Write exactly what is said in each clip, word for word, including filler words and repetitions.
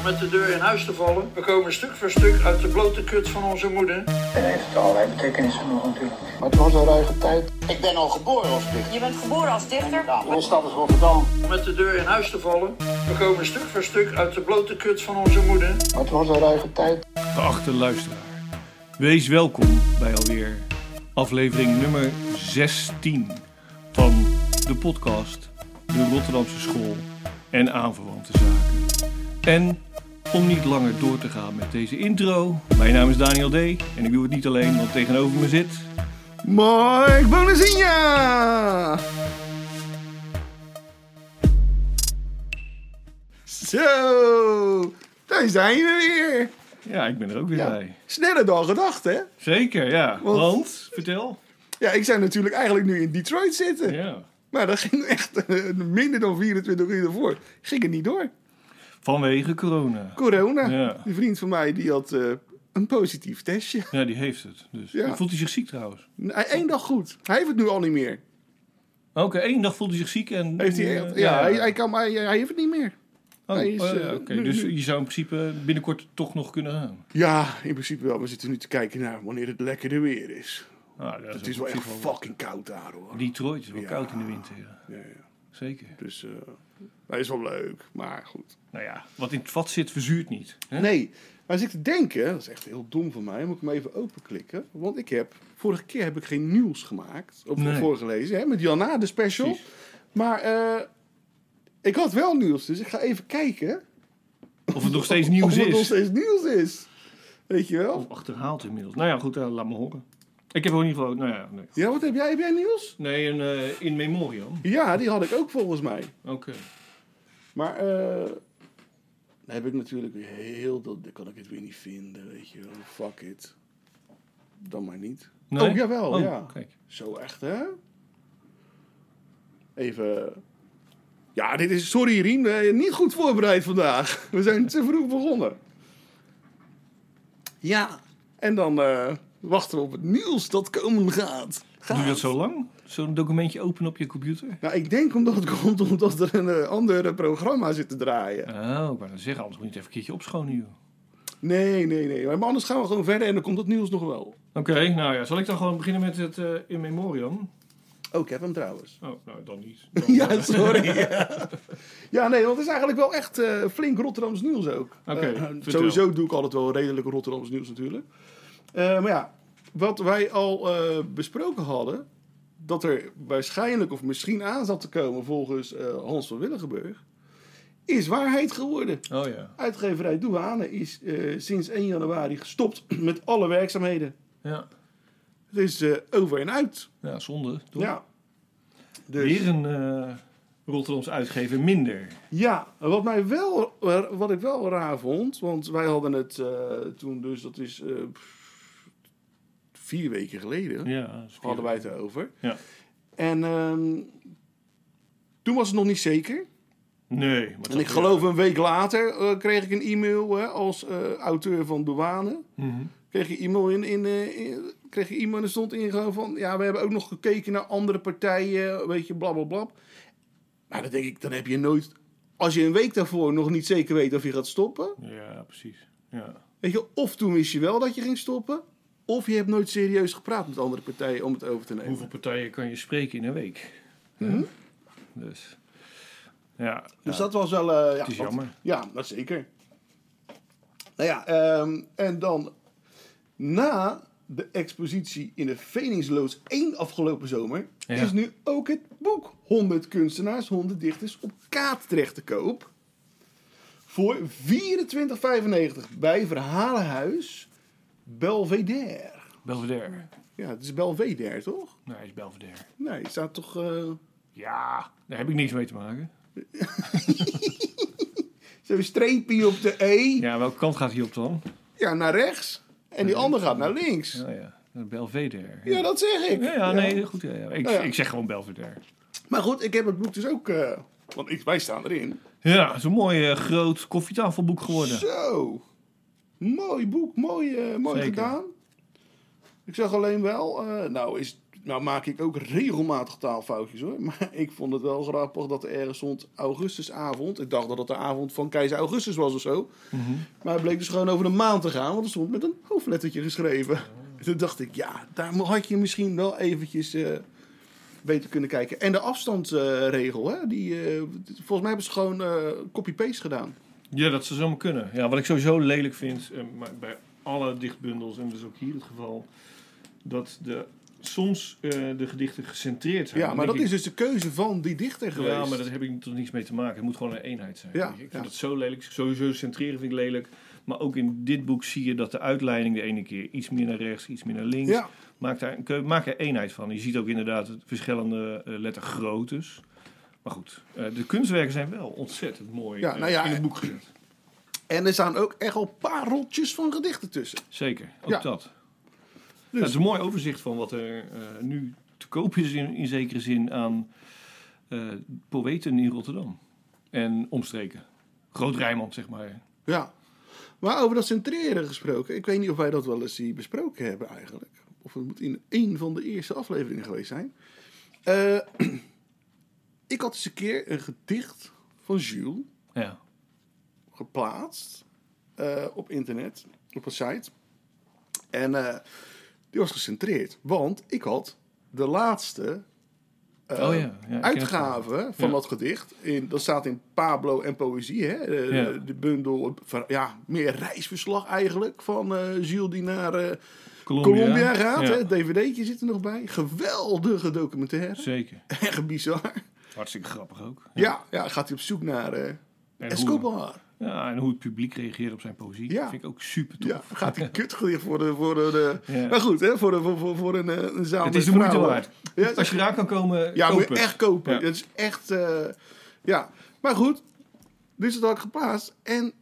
om met de deur in huis te vallen. We komen stuk voor stuk uit de blote kut van onze moeder. En heeft het allerlei betekenissen nog natuurlijk. Maar het was een ruige tijd. Ik ben al geboren als dichter. Je bent geboren als dichter? Ja, mijn stad is Rotterdam. Om met de deur in huis te vallen. We komen stuk voor stuk uit de blote kut van onze moeder. Maar het was een ruige tijd. Geachte luisteraar, wees welkom bij alweer aflevering nummer zestien van de podcast De Rotterdamse School en aanverwante zaken. En om niet langer door te gaan met deze intro, mijn naam is Daniel D. en ik doe het niet alleen, want tegenover me zit... Mike Bonazinha! Zo, daar zijn we weer. Ja, ik ben er ook weer Ja, bij. sneller dan gedacht, hè? Zeker, ja. Want- Want, vertel. Ja, ik zou natuurlijk eigenlijk nu in Detroit zitten. Ja. Maar dat ging echt uh, minder dan vierentwintig uur ervoor. Ging het niet door. Vanwege corona. Corona. Ja. Die vriend van mij die had uh, een positief testje. Ja, die heeft het. Dus. Ja. Voelt hij zich ziek trouwens? Eén dag goed. Hij heeft het nu al niet meer. Oké, één dag voelt hij zich ziek en... Heeft hij, eh, ja, Hij, hij, kan, hij, hij heeft het niet meer. Oh, hij is, oh, ja, uh, oké. nu- Dus nu- je zou in principe binnenkort toch nog kunnen gaan. Ja, in principe wel. We zitten nu te kijken naar wanneer het lekkerder weer is. Ah, dat Het is wel echt fucking koud daar, hoor. Detroit is wel Ja. koud in de winter. Ja. Ja, ja. Zeker. Dus uh, dat is wel leuk, maar goed. Nou ja, wat in het vat zit, verzuurt niet. Hè? Nee, maar als ik te denken, dat is echt heel dom van mij, moet ik hem even openklikken. Want ik heb, vorige keer heb ik geen nieuws gemaakt, of Nee. voorgelezen, hè, met Janna, de special. Precies. Maar uh, ik had wel nieuws, dus ik ga even kijken. Of het nog steeds nieuws of het nog is. steeds nieuws is. Weet je wel? Of achterhaald inmiddels. Nou ja, goed, uh, laat me horen. Ik heb ook in ieder geval... Nou ja, nee. Ja, wat heb jij? Heb jij nieuws? Nee, een uh, in memoriam. Ja, die had ik ook volgens mij. Oké. Maar uh, dan heb ik natuurlijk weer heel... Dat, dan kan ik het weer niet vinden, weet je wel. Fuck it. Dan maar niet. Nee? Oh, jawel, Oh, ja. kijk. Zo echt, hè? Even... Ja, dit is... Sorry, Rien. We zijn niet goed voorbereid vandaag. We zijn te vroeg begonnen. Ja. En dan uh, wachten we op het nieuws dat komen gaat. gaat. Doe je dat zo lang? Zo'n documentje openen op je computer? Nou, ik denk omdat het komt omdat er een uh, ander uh, programma zit te draaien. Oh, ik wou dat zeggen. Anders moet je het even een keertje opschonen, joh. Nee, nee, nee. Maar anders gaan we gewoon verder en dan komt het nieuws nog wel. Oké, nou ja. Zal ik dan gewoon beginnen met het uh, in memoriam? Oh, ik heb hem trouwens. Oh, nou, dan niet. Dan, Ja, uh, sorry. ja. ja, nee, want het is eigenlijk wel echt uh, flink Rotterdams nieuws ook. Oké, Uh, vertel. sowieso doe ik altijd wel redelijk Rotterdams nieuws natuurlijk. Uh, maar ja, wat wij al uh, besproken hadden, dat er waarschijnlijk of misschien aan zat te komen volgens uh, Hans van Willigenburg, is waarheid geworden. Oh ja. Uitgeverij Douane is uh, sinds één januari gestopt met alle werkzaamheden. Ja. Het is uh, over en uit. Ja, zonde, toch? Ja. Dus, Weer een uh, Rotterdamse uitgever minder. ja, wat, mij wel, wat ik wel raar vond, want wij hadden het uh, toen dus, dat is uh, vier weken geleden, Ja, dat is hadden wij het erover. Ja. En um, toen was het nog niet zeker. Nee. Maar En ik geloof een week later uh, kreeg ik een e-mail uh, als uh, auteur van Douane. Mm-hmm. Kreeg je e-mail in, in, uh, in, kreeg je e-mail en er stond in gewoon van, ja, we hebben ook nog gekeken naar andere partijen, weet je, blablabla. Maar dan denk ik, dan heb je nooit, als je een week daarvoor nog niet zeker weet of je gaat stoppen, Ja, precies. Ja. weet je, of toen wist je wel dat je ging stoppen, of je hebt nooit serieus gepraat met andere partijen om het over te nemen. Hoeveel partijen kan je spreken in een week? Mhm. Dus, ja. Dus ja. dat was wel... Uh, ja, Het is wat- jammer. Ja, dat zeker. Nou ja, um, en dan na de expositie in de Veningsloods één afgelopen zomer, Ja. is nu ook het boek honderd kunstenaars, honderd dichters op kaart terecht te koop. Voor vierentwintig vijfennegentig bij Verhalenhuis Belvedere. Belvedere. Ja, het is Belvedere, toch? Nee, hij is Belvedere. Nee, het staat toch... Uh... Ja, daar heb ik niks mee te maken. Zo'n streepje op de E. Ja, welke kant gaat hij op dan? Ja, naar rechts. En die andere gaat naar links. Ja, ja. Belvedere. Ja, dat zeg ik. Ja, ja, nee, goed. Ja, ja. Ik, Nou ja. ik zeg gewoon Belvedere. Maar goed, ik heb het boek dus ook... Uh, want ik, wij staan erin. Ja, het is een mooi uh, groot koffietafelboek geworden. Zo. Mooi boek. Mooi, uh, mooi Zeker. gedaan. Ik zeg alleen wel... Uh, nou, is nou maak ik ook regelmatig taalfoutjes hoor. Maar ik vond het wel grappig dat er ergens stond augustusavond. Ik dacht dat het de avond van keizer Augustus was of zo. Mm-hmm. Maar het bleek dus gewoon over de maand te gaan. Want er stond met een hoofdlettertje geschreven. Oh. Toen dacht ik, ja, daar had je misschien wel eventjes uh, beter kunnen kijken. En de afstandsregel, uh, hè, die, uh, volgens mij hebben ze gewoon uh, copy-paste gedaan. Ja, dat zou zomaar kunnen. Ja, wat ik sowieso lelijk vind, uh, maar bij alle dichtbundels, en dat is ook hier het geval, dat de, soms uh, de gedichten gecentreerd zijn. Ja, maar dat ik, is dus de keuze van die dichter geweest. Ja, maar daar heb ik toch niets mee te maken. Het moet gewoon een eenheid zijn. Ja, ik vind ja. dat zo lelijk. Sowieso centreren vind ik lelijk. Maar ook in dit boek zie je dat de uitleiding de ene keer iets meer naar rechts, iets meer naar links. Ja. Maak daar een keu- maak er eenheid van. Je ziet ook inderdaad het verschillende uh, lettergroottes. Maar goed, uh, de kunstwerken zijn wel ontzettend mooi Ja, uh, nou ja, in het boek gezet. En er staan ook echt al pareltjes van gedichten tussen. Zeker, ook Ja. dat. Dus. Ja, het is een mooi overzicht van wat er uh, nu te koop is in, in zekere zin aan uh, poëten in Rotterdam. En omstreken. Groot Rijnmond, zeg maar. Ja. Maar over dat centreren gesproken. Ik weet niet of wij dat wel eens hier besproken hebben eigenlijk. Of het moet in een van de eerste afleveringen geweest zijn. Uh, ik had eens een keer een gedicht van Jules Ja. geplaatst. Uh, op internet. Op een site. En uh, die was gecentreerd. Want ik had de laatste uh, oh, ja. Ja, uitgave van ja. dat gedicht. In, dat staat in Pablo en Poëzie. Hè? De, Ja. de, de bundel. Ja, meer reisverslag eigenlijk. Van uh, Jules die naar uh, Colombia, Colombia gaat. Ja. Hè? Het D V D'tje zit er nog bij. Geweldige documentaire. Zeker. Echt bizar. Hartstikke grappig ook. Ja, ja, gaat hij op zoek naar uh, En Escobar. Hoe, ja, en hoe het publiek reageert op zijn poëzie. Ja. Vind ik ook super tof. Ja, gaat hij kutgedicht voor de... Voor de, de Ja. Maar goed, hè, voor, de, voor, voor, voor een, een zaal Het met is de moeite vrouwen. waard. Ja, Als je daar kan komen, ja, koop moet je het. echt kopen. Ja. Het is echt... Uh, ja, maar goed. Dus dat had ik geplaatst. En,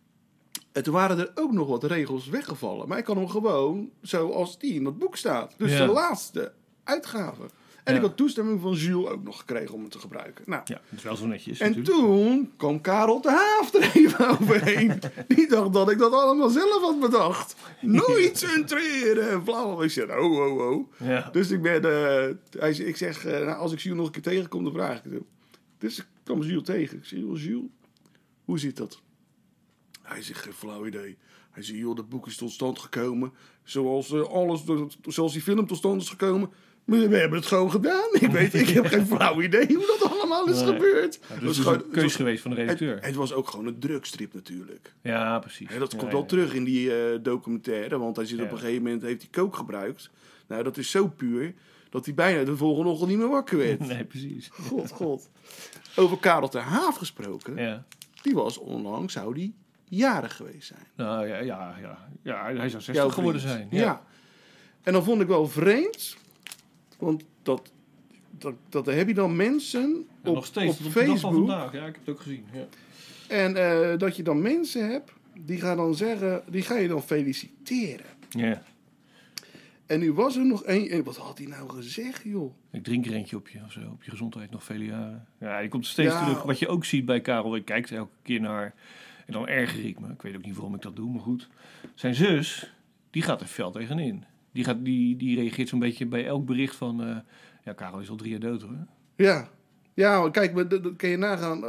en toen waren er ook nog wat regels weggevallen. Maar ik kan hem gewoon zoals die in dat boek staat. Dus Ja. de laatste uitgave. En Ja. ik had toestemming van Jules ook nog gekregen om het te gebruiken. Nou, Ja, dat is wel zo netjes en natuurlijk. toen kwam Karel de Haaf er even overheen. Die dacht dat ik dat allemaal zelf had bedacht. Nooit centreren en bla. Ik zei, oh, oh, oh. Ja. Dus ik ben, uh, hij, ik zeg, uh, nou, als ik Jules nog een keer tegenkom, dan vraag ik het hem. Dus ik kwam Jules tegen. Ik zei, joh, Jules, hoe zit dat? Hij zegt, geen flauw idee. Hij zei, joh, dat boek is tot stand gekomen. Zoals uh, alles, zoals die film tot stand is gekomen. Maar we hebben het gewoon gedaan. Ik weet, ik heb geen flauw idee hoe dat allemaal is Nee. gebeurd. Ja, dus Dat het is gewoon- een het keus was- geweest van de redacteur. Het, het was ook gewoon een drugstrip natuurlijk. Ja, precies. Hè, dat ja, komt ja, wel ja. terug in die uh, documentaire. Want hij zit Ja. op een gegeven moment, heeft hij kook gebruikt. Nou, dat is zo puur dat hij bijna de volgende ochtend niet meer wakker werd. Nee, precies. God, god. Over Karel ter Haaf gesproken. Ja. Die was onlangs, zou die jarig geweest zijn. Nou ja, ja, ja. ja hij zou Jouw zestig geworden vriend. zijn. Ja. En dan vond ik wel vreemd. Want dat, dat, dat heb je dan mensen Ja, op, nog steeds, op tot op de dag van Facebook. vandaag. Ja, ik heb het ook gezien. Ja. En uh, dat je dan mensen hebt, die gaan dan zeggen, die ga je dan feliciteren. Ja. En nu was er nog één, en wat had hij nou gezegd, joh? Ik drink er eentje op je of zo, op je gezondheid nog vele jaren. Ja, je komt steeds Ja. terug. Wat je ook ziet bij Karel, ik kijk er elke keer naar en dan erger ik me. Ik weet ook niet waarom ik dat doe, maar goed. Zijn zus, die gaat er fel tegenin. Die, gaat, die, die reageert zo'n beetje bij elk bericht van, uh, ja, Karel is al drie jaar dood hoor. Ja, ja, maar kijk, maar dat, dat kan je nagaan.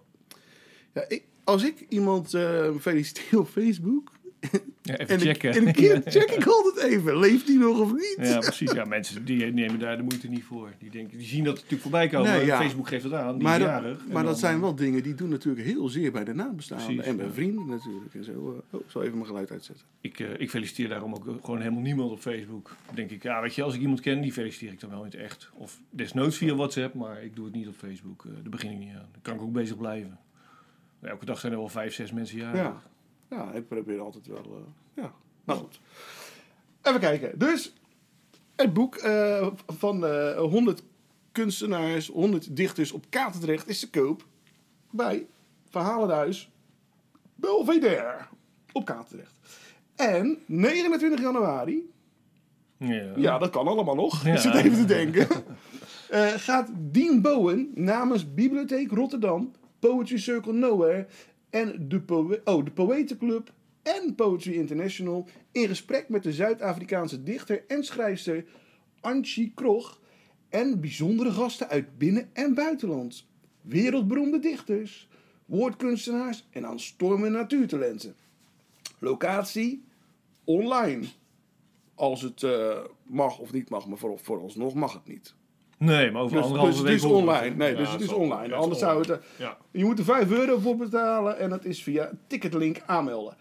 Ja, ik, als ik iemand uh, feliciteer op Facebook, Ja, even en, checken. Ik, en een keer check ik altijd even, leeft die nog of niet? Ja, precies. Ja, mensen die nemen daar de moeite niet voor. Die, denken, die zien dat natuurlijk voorbij komen. Nee, ja. Facebook geeft het aan, die Maar, is dat, jarig. En maar dat dan- zijn wel dingen die doen natuurlijk heel zeer bij de nabestaanden. Precies, En bij ja. vrienden natuurlijk. En zo. Uh, oh, ik zal even mijn geluid uitzetten. Ik, uh, ik feliciteer daarom ook gewoon helemaal niemand op Facebook. Dan denk ik, ja, weet je, als ik iemand ken, die feliciteer ik dan wel in het echt. Of desnoods via WhatsApp, maar ik doe het niet op Facebook. Uh, daar begin ik niet aan. Dan kan ik ook bezig blijven. Elke dag zijn er wel vijf, zes mensen jarig. Ja. Ja, ik probeer altijd wel... Uh, ja, nou goed. Even kijken. Dus, het boek uh, van uh, honderd kunstenaars, honderd dichters op Katendrecht is te koop bij Verhalenhuis Belvedere op Katendrecht. En negenentwintig januari, Ja. ja, dat kan allemaal nog, Ja. ik zit even te denken, uh, gaat Dien Bowen namens Bibliotheek Rotterdam, Poetry Circle Nowhere en de, Poe- oh, de Poëtenclub en Poetry International in gesprek met de Zuid-Afrikaanse dichter en schrijfster Antje Krog en bijzondere gasten uit binnen- en buitenland. Wereldberoemde dichters, woordkunstenaars en aanstormende natuurtalenten. Locatie online. Als het uh, mag of niet mag, maar voor, vooralsnog mag het niet. Nee, maar over Dus, anderhalve dus het week... is horen we online. Nee, Ja, dus het is zal- online. ja, Anders het is zou het... online. Ja. Je moet er vijf euro voor betalen en dat is via ticketlink aanmelden.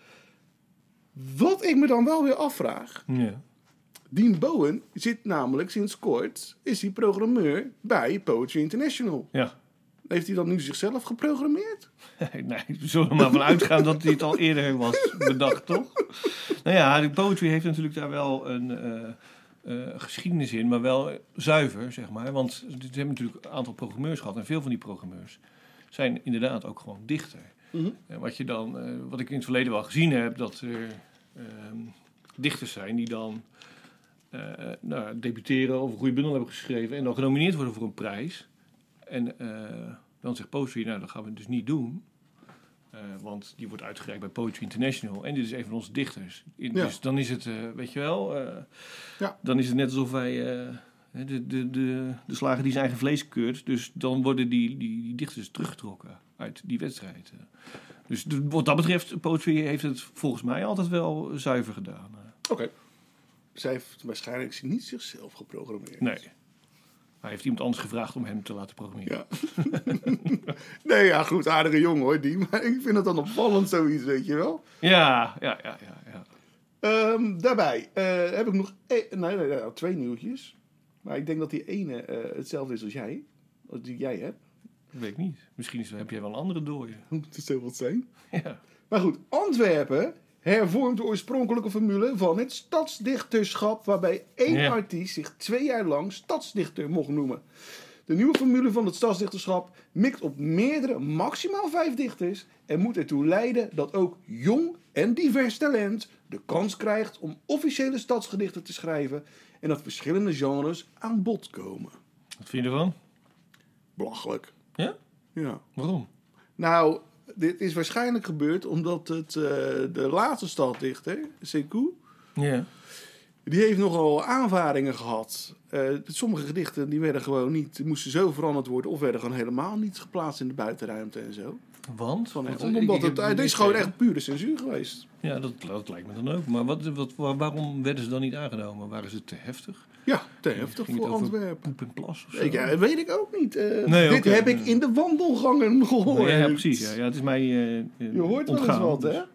Wat ik me dan wel weer afvraag... Ja. Dien Bowen zit namelijk sinds kort... is hij programmeur bij Poetry International. Ja. Heeft hij dan nu zichzelf geprogrammeerd? Nee, we zullen er maar van uitgaan dat dit al eerder was bedacht, toch? Nou ja, de poetry heeft natuurlijk daar wel een uh, uh, geschiedenis in, maar wel zuiver, zeg maar. Want ze hebben natuurlijk een aantal programmeurs gehad en veel van die programmeurs zijn inderdaad ook gewoon dichter. Mm-hmm. En wat je dan, uh, wat ik in het verleden wel gezien heb, dat er uh, dichters zijn die dan uh, nou, debuteren of een goede bundel hebben geschreven en dan genomineerd worden voor een prijs. En uh, dan zegt Poetry, nou dat gaan we dus niet doen. Uh, want die wordt uitgereikt bij Poetry International. En dit is een van onze dichters. In, Ja. Dus dan is het, uh, weet je wel... Uh, Ja. Dan is het net alsof wij uh, de, de, de, de slager die zijn eigen vlees keurt. Dus dan worden die, die, die dichters teruggetrokken uit die wedstrijd. Uh. Dus de, wat dat betreft, Poetry heeft het volgens mij altijd wel zuiver gedaan. Uh. Oké. Okay. Zij heeft waarschijnlijk niet zichzelf geprogrammeerd. Nee. Hij heeft iemand anders gevraagd om hem te laten programmeren. Ja. Nee, ja, goed, aardige jongen hoor, die. Maar ik vind het dan opvallend zoiets, weet je wel. Ja, ja, ja, ja. ja. Um, daarbij uh, heb ik nog e- nee, nee, nee, twee nieuwtjes. Maar ik denk dat die ene uh, hetzelfde is als jij. Als die jij hebt. Dat weet ik niet. Misschien is, heb jij wel een andere dooie. Moet het zo wat zijn? Ja. Maar goed, Antwerpen hervormt de oorspronkelijke formule van het stadsdichterschap, waarbij één Ja. artiest zich twee jaar lang stadsdichter mocht noemen. De nieuwe formule van het stadsdichterschap mikt op meerdere, maximaal vijf dichters en moet ertoe leiden dat ook jong en divers talent de kans krijgt om officiële stadsgedichten te schrijven en dat verschillende genres aan bod komen. Wat vind je ervan? Belachelijk. Ja? Ja. Waarom? Nou, dit is waarschijnlijk gebeurd omdat het, uh, de laatste stadsdichter, Sekou, Ja. die heeft nogal aanvaringen gehad. Uh, sommige gedichten die werden gewoon niet, die moesten zo veranderd worden of werden gewoon helemaal niet geplaatst in de buitenruimte en zo. Want? Van, Want, omdat ik- ik het, heb het niet is gewoon gegeven. echt pure censuur geweest. Ja, dat, dat lijkt me dan ook. Maar wat, wat, waar- waarom werden ze dan niet aangenomen? Waren ze te heftig? Ja, te heftig Ging voor het over Antwerpen. Poep en plas of zo? Ik, ja, dat weet ik ook niet. Uh, Nee, dit oké. heb ik in de wandelgangen gehoord. ja, ja, precies. Ja. Ja, het is mij uh, Je hoort wel eens ontgaan, wat, dus. hè?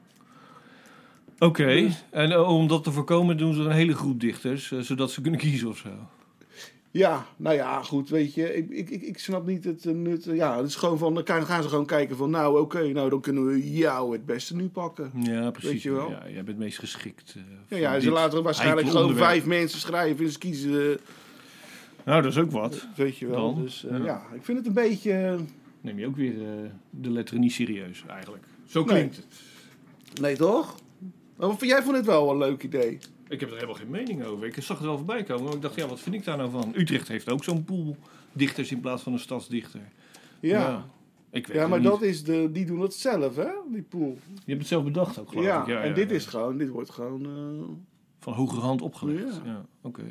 Oké, Dus- en uh, om dat te voorkomen doen ze een hele groep dichters, uh, zodat ze kunnen kiezen of zo. Ja, nou ja, goed, weet je, ik, ik, ik, ik snap niet het uh, nut. Uh, ja, het is gewoon van, dan gaan gaan ze gewoon kijken van, nou oké, okay, nou dan kunnen we jou het beste nu pakken. Ja, precies. Weet je wel? Ja, jij bent het meest geschikt. Uh, Ja, ja, ze laten waarschijnlijk heikele gewoon onderwerp. vijf mensen schrijven en ze kiezen, uh, Nou, dat is ook wat. weet je wel. Dan, Dus uh, ja. ja. ik vind het een beetje... Uh, Neem je ook weer uh, de letteren niet serieus, eigenlijk. Zo Nee. klinkt het. nee, toch? Maar jij vond het wel een leuk idee. Ik heb er helemaal geen mening over. Ik zag het wel voorbij komen, maar ik dacht, ja, wat vind ik daar nou van? Utrecht heeft ook zo'n pool dichters in plaats van een stadsdichter. Ja, ik weet ja, het maar niet. dat is de, die doen het zelf, hè, die pool. Je hebt het zelf bedacht ook, geloof Ja, ik. Ja, en ja, dit ja. is gewoon, dit wordt gewoon... Uh, Van hogerhand opgelegd. Ja. Ja, oké.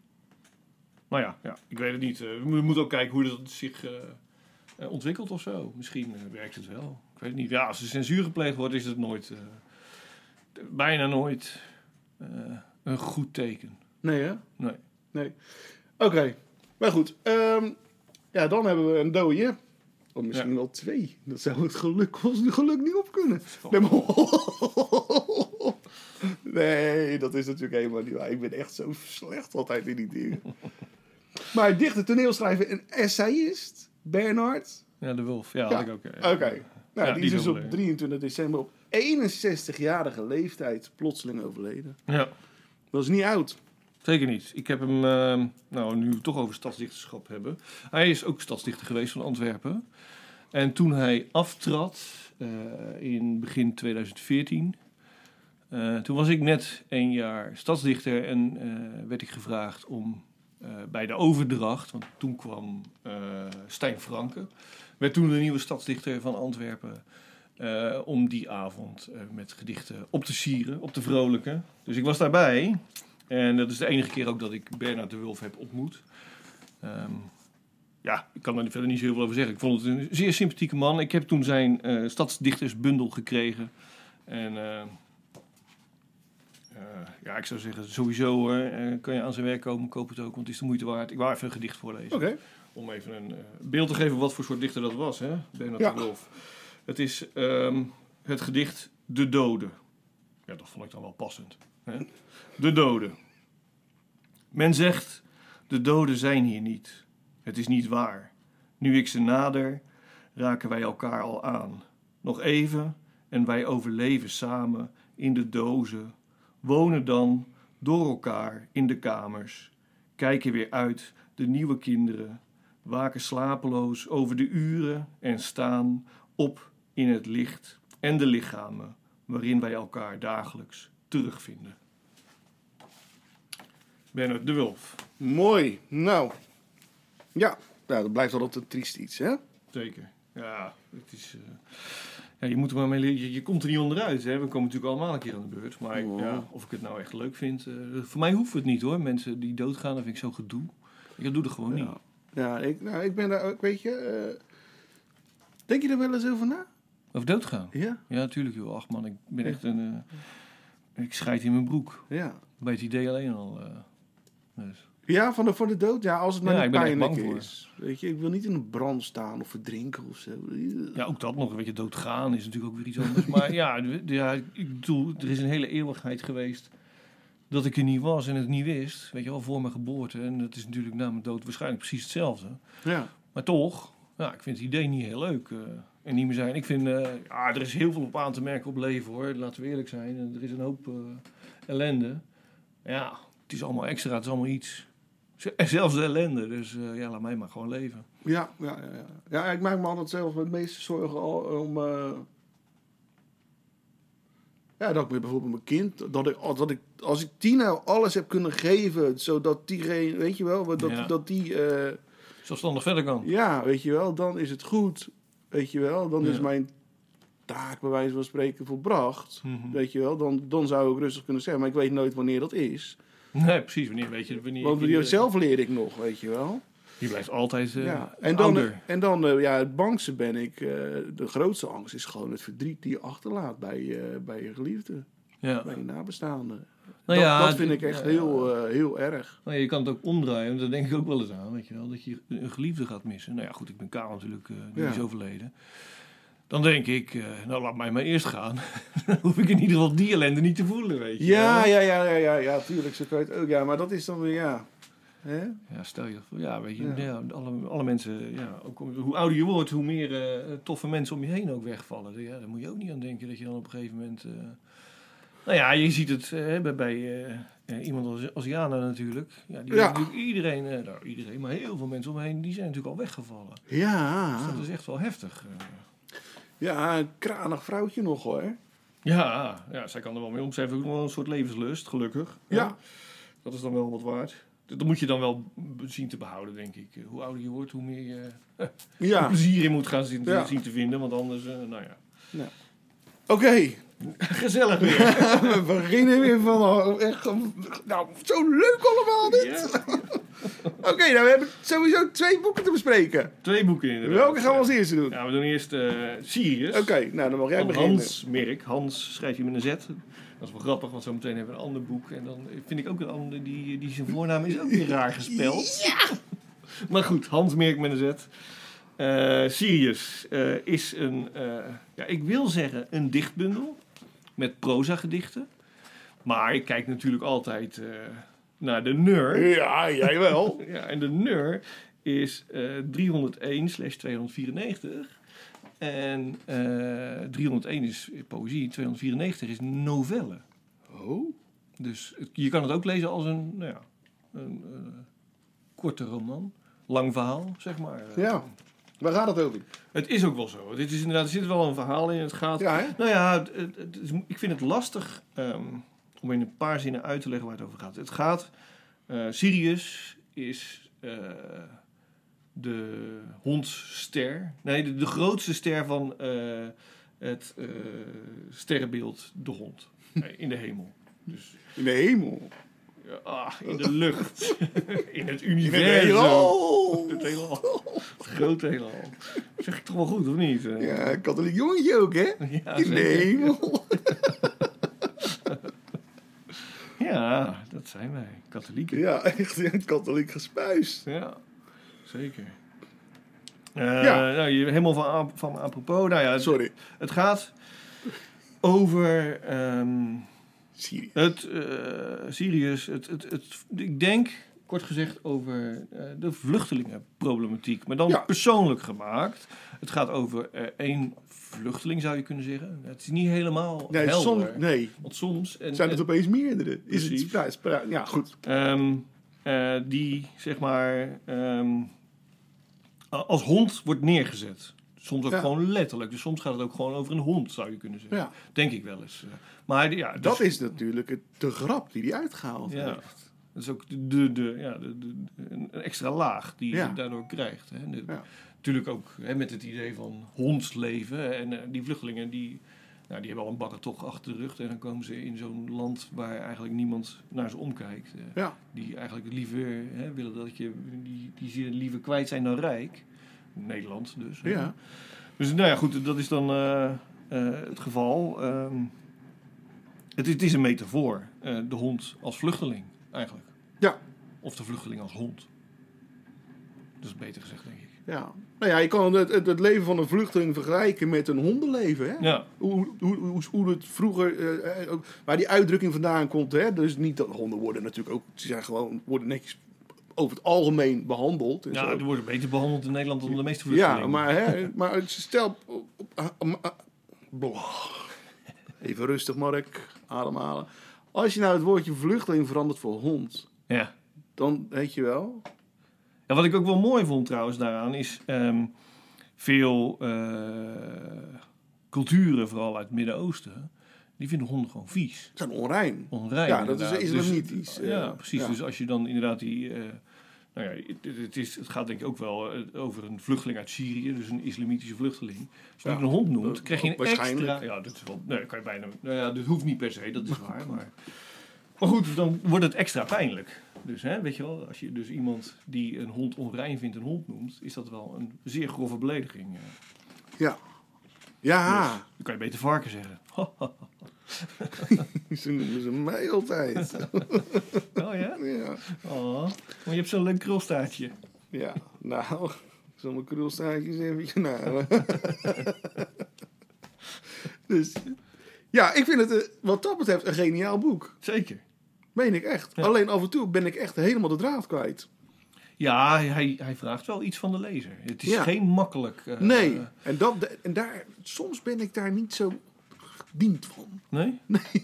Nou ja, ja, ik weet het niet. Uh, we moeten ook kijken hoe dat zich uh, uh, ontwikkelt of zo. Misschien uh, werkt het wel. Ik weet het niet. Ja, als er censuur gepleegd wordt, is het nooit... Uh, bijna nooit uh, een goed teken. nee, hè? Nee. Nee. Oké, okay. Maar goed. Um, ja, dan hebben we een dode. Of misschien Ja. wel twee. Dat zou het geluk, ons geluk niet op kunnen. Oh. Nee, maar- nee, dat is natuurlijk helemaal niet waar. Ik ben echt zo slecht altijd in die dingen. Maar dichter, toneelschrijver en essayist, Bernard. Ja, de Wolf. Ja, Ja, had ik ook. Oké. Okay. Nou, Ja, die die is is dus op overleden. drieëntwintig december op eenenzestigjarige leeftijd plotseling overleden. Ja, Dat is niet oud. zeker niet. Ik heb hem, uh, nou nu we het toch over stadsdichterschap hebben. Hij is ook stadsdichter geweest van Antwerpen. En toen hij aftrad uh, in begin tweeduizend veertien... Uh, toen was ik net een jaar stadsdichter en uh, werd ik gevraagd om uh, bij de overdracht, want toen kwam uh, Stijn Franke, werd toen de nieuwe stadsdichter van Antwerpen, uh, om die avond uh, met gedichten op te sieren, op te vrolijken. Dus ik was daarbij En dat is de enige keer ook dat ik Bernard de Wulf heb ontmoet. Um, ja, ik kan er verder niet zo heel veel over zeggen. Ik vond het een zeer sympathieke man. Ik heb toen zijn uh, stadsdichtersbundel gekregen. En uh, uh, ja, ik zou zeggen, sowieso uh, kan je aan zijn werk komen. Koop het ook, want het is de moeite waard. Ik wou even een gedicht voorlezen. Oké. Okay. Om even een uh, beeld te geven wat voor soort dichter dat was, hè? Bernard ja. de Wulf. Het is um, het gedicht De Dode. Ja, dat vond ik dan wel passend. Hè? De Dode. Men zegt, de doden zijn hier niet. Het is niet waar. Nu ik ze nader, raken wij elkaar al aan. Nog even en wij overleven samen in de dozen. Wonen dan door elkaar in de kamers. Kijken weer uit de nieuwe kinderen. Waken slapeloos over de uren en staan op in het licht en de lichamen waarin wij elkaar dagelijks terugvinden. Bernard de Wulf. Mooi. Nou, ja, nou, dat blijft altijd een triest iets, hè? Zeker. Ja, het is... Uh, ja, je moet er maar mee leren. Je, je komt er niet onderuit, hè? We komen natuurlijk allemaal een keer aan de beurt. Maar oh. ja, of ik het nou echt leuk vind... Uh, voor mij hoeft het niet, hoor. Mensen die doodgaan, dat vind ik zo gedoe. Ik doe het gewoon ja. niet. Ja, ik, nou, ik ben daar ook, weet je... Uh, denk je er wel eens over na? Over doodgaan? Ja. Ja, natuurlijk, joh. Ach man, ik ben echt een... Uh, ik scheid in mijn broek. Ja. Bij het idee alleen al. Uh, dus. Ja, van de, voor de dood? Ja, als het maar ja, niet pijnlijk is. Voor. Weet je, ik wil niet in een brand staan of verdrinken of zo. Ja, ook dat nog. Weet je, doodgaan is natuurlijk ook weer iets anders. Maar ja, ja, ik bedoel, er is een hele eeuwigheid geweest dat ik er niet was en het niet wist. Weet je wel, voor mijn geboorte. En dat is natuurlijk na mijn dood waarschijnlijk precies hetzelfde. Ja. Maar toch, ja, ik vind het idee niet heel leuk. Uh, en niet meer zijn. Ik vind, uh, ja, er is heel veel op aan te merken op leven, hoor. Laten we eerlijk zijn. En er is een hoop uh, ellende. Ja, het is allemaal extra. Het is allemaal iets. En zelfs de ellende. Dus uh, ja, laat mij maar gewoon leven. Ja, ja, ja, ja. Ja, ik maak me altijd zelf het meeste zorgen al om... Uh... Ja, dat ik bijvoorbeeld mijn kind... Dat ik, dat ik, als ik die nou alles heb kunnen geven... Zodat diegene... Weet je wel? Dat, ja. dat die... Uh... Zelfstandig verder kan. Ja, weet je wel. Dan is het goed. Weet je wel. Dan ja. is mijn taak bij wijze van spreken volbracht. Mm-hmm. Weet je wel. Dan, dan zou ik rustig kunnen zeggen. Maar ik weet nooit wanneer dat is. Nee, precies. Wanneer weet je... Wanneer Want je, zelf leer ik nog, weet je wel. Die blijft altijd uh, ja. En dan, ouder. En dan, uh, ja, het bangste ben ik... Uh, de grootste angst is gewoon het verdriet die je achterlaat bij, uh, bij je geliefde. Ja. Bij je nabestaanden. Nou dat, ja, dat vind ik echt ja, heel, uh, heel erg. Nou ja, je kan het ook omdraaien. Daar denk ik ook wel eens aan. Weet je wel, dat je een geliefde gaat missen. Nou ja, goed, ik ben Karel natuurlijk. Uh, die ja. is overleden. Dan denk ik, uh, nou laat mij maar eerst gaan. Dan hoef ik in ieder geval die ellende niet te voelen, weet je. Ja, ja, ja, ja, ja, ja, tuurlijk. Zo kan je het ook. Ja, maar dat is dan weer, ja... Hè? Ja, stel je voor, ja, weet je, ja. Ja, alle, alle mensen, ja, ook, hoe ouder je wordt, hoe meer uh, toffe mensen om je heen ook wegvallen. Ja, daar moet je ook niet aan denken dat je dan op een gegeven moment... Uh, nou ja, je ziet het uh, bij, bij uh, uh, iemand als, als Jana natuurlijk. Ja, die ja. natuurlijk iedereen, uh, nou iedereen, maar heel veel mensen om me heen, die zijn natuurlijk al weggevallen. Ja. Dus dat is echt wel heftig. Uh. Ja, een kranig vrouwtje nog hoor. Ja, ja, zij kan er wel mee om. Ze heeft ook wel een soort levenslust, gelukkig. Ja. Ja. Dat is dan wel wat waard. Dat moet je dan wel zien te behouden, denk ik. Hoe ouder je wordt, hoe meer je uh, ja. plezier in moet gaan zien, ja. zien te vinden. Want anders, uh, nou ja. ja. Oké. Okay. Gezellig weer. We beginnen weer van... Echt, nou, zo leuk allemaal dit. Ja. Oké, okay, nou we hebben sowieso twee boeken te bespreken. Twee boeken inderdaad. Welke gaan we als eerste doen? Ja, we doen eerst uh, Sirius. Oké, okay, nou dan mag jij beginnen. Hans Merk. Hans schrijf je met een Z. Dat is wel grappig, want zo meteen hebben we een ander boek. En dan vind ik ook een ander, die, die zijn voornaam is ook weer raar gespeld. Ja! Maar goed, Hans Merk met een Z. Uh, Sirius uh, is een, uh, ja, ik wil zeggen een dichtbundel. Met proza-gedichten. Maar ik kijk natuurlijk altijd uh, naar de Neur. Ja, jij wel. Ja, en de Neur is uh, driehonderdéén slash tweehonderdvierennegentig. En uh, driehonderdéén is poëzie, tweehonderdvierennegentig is novelle. Oh. Dus het, je kan het ook lezen als een, nou ja, een uh, korte roman. Lang verhaal, zeg maar. Ja. Waar gaat het over? Het is ook wel zo. Dit is inderdaad, er zit wel een verhaal in. Het gaat. Ja, hè? Nou ja, het, het, het is, ik vind het lastig um, om in een paar zinnen uit te leggen waar het over gaat. Het gaat. Uh, Sirius is uh, de hondsster. Nee, de, de grootste ster van uh, het uh, sterrenbeeld, de hond. In de hemel. Dus, in de hemel? ah, in de lucht. In het In universum. het heelal. Het heelal. Het grote heelal. Zeg ik toch wel goed, of niet? Ja, katholiek jongetje ook, hè? Ja, in de zeker. hemel. Ja, dat zijn wij. Katholieken. Ja, echt een katholiek gespuis. Ja, zeker. Uh, Ja. Nou, je, helemaal van, van apropos. Nou ja, het, Sorry. het gaat over ehm, Syrië. het uh, Sirius. Het, het, het, ik denk, kort gezegd, over uh, de vluchtelingenproblematiek. Maar dan Ja. persoonlijk gemaakt. Het gaat over uh, één vluchteling, zou je kunnen zeggen. Het is niet helemaal Nee, helder. soms, nee. Want soms... En, Zijn het en- opeens meerdere? Is Precies. het spra- spra- ja, goed. Ehm, eh, die, zeg maar, ehm, als hond wordt neergezet. Soms ook Ja. gewoon letterlijk. Dus soms gaat het ook gewoon over een hond, zou je kunnen zeggen. Ja. Denk ik wel eens. Maar ja, dus, Dat is natuurlijk het, de grap die hij uitgehaald Ja. heeft. Dat is ook de, de, de, ja, de, de, de- een extra laag die Ja. je daardoor krijgt. Hè. De- Ja. Natuurlijk ook hè, met het idee van hondsleven. En uh, die vluchtelingen, die, nou, die hebben al een bakkertocht achter de rug. En dan komen ze in zo'n land waar eigenlijk niemand naar ze omkijkt. Uh, Ja. Die eigenlijk liever hè, willen dat je... Die, die ze liever kwijt zijn dan rijk. Nederland dus. hè. Ja. Dus nou ja, goed, dat is dan uh, uh, het geval. Um, het, het is een metafoor. Uh, de hond als vluchteling, eigenlijk. Ja. Of de vluchteling als hond. Dat is beter gezegd, denk ik. Ja. Nou ja, je kan het, het, het leven van een vluchteling vergelijken met een hondenleven. Hè? Ja, Hoe, hoe, hoe, hoe het vroeger, eh, eh, ook- waar die uitdrukking vandaan komt. Hè? Dus niet dat honden worden natuurlijk ook, ze zijn gewoon, worden netjes over het algemeen behandeld. En ja zo. die worden beter behandeld in Nederland dan de meeste vluchtelingen. Ja, maar, hè, maar stel... op- op- ah, ah, ah, blah. Even rustig, Mark. Ademhalen. Als je nou het woordje vluchteling verandert voor hond, Ja. dan weet je wel... Ja, wat ik ook wel mooi vond trouwens daaraan is... ehm, veel eh, culturen, vooral uit het Midden-Oosten... die vinden honden gewoon vies. Ze zijn onrein. Onrein. Ja, dat is inderdaad. islamitisch. Dus, ja, eh, precies. ja. Dus als je dan inderdaad die... eh, nou ja, het, het, is, het gaat denk ik ook wel eh, over een vluchteling uit Syrië, dus een islamitische vluchteling. Als je Ja, die een hond noemt, dat- krijg je een waarschijnlijk. extra... Ja, dat is wel... Nee, dat kan je bijna... Nou ja, dat hoeft niet per se, dat is waar. Maar, maar goed, dan wordt het extra pijnlijk. Dus hè, weet je wel, als je dus iemand die een hond onrein vindt een hond noemt, is dat wel een zeer grove belediging. eh. Ja. Ja, Dus, dan kan je beter varken zeggen. ze noemen ze mij altijd. Oh ja? ja. Oh, maar je hebt zo'n leuk krulstaartje. Ja, nou, zo'n krulstaartjes even. Nou. Dus, ja, ik vind het eh, wat dat betreft een geniaal boek. Zeker. Meen ik echt. Ja. Alleen af en toe ben ik echt helemaal de draad kwijt. Ja, hij, hij vraagt wel iets van de lezer. Het is Ja. geen makkelijk... uh, Nee, en, dat, en daar, soms ben ik daar niet zo gediend van. Nee? Nee.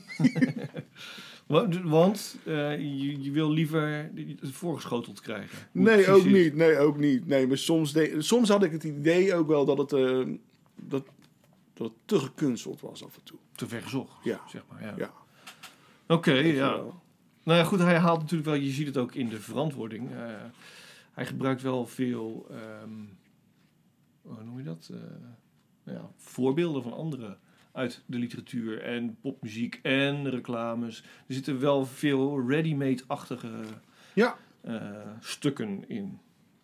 Want, want uh, je, je wil liever het voorgeschoteld krijgen. Hoe het Nee, precies ook is. niet. Nee, ook niet. Nee, maar soms, de, soms had ik het idee ook wel dat het, uh, dat, dat het te gekunsteld was af en toe. Te ver gezocht, Ja. zeg maar. Ja. Ja. Oké, Weet je ja. wel. Nou ja, goed, hij haalt natuurlijk wel... Je ziet het ook in de verantwoording. Uh, hij gebruikt wel veel... Um, hoe noem je dat? Uh, nou ja, voorbeelden van anderen uit de literatuur en popmuziek en reclames. Er zitten wel veel ready-made-achtige Ja. uh, stukken in.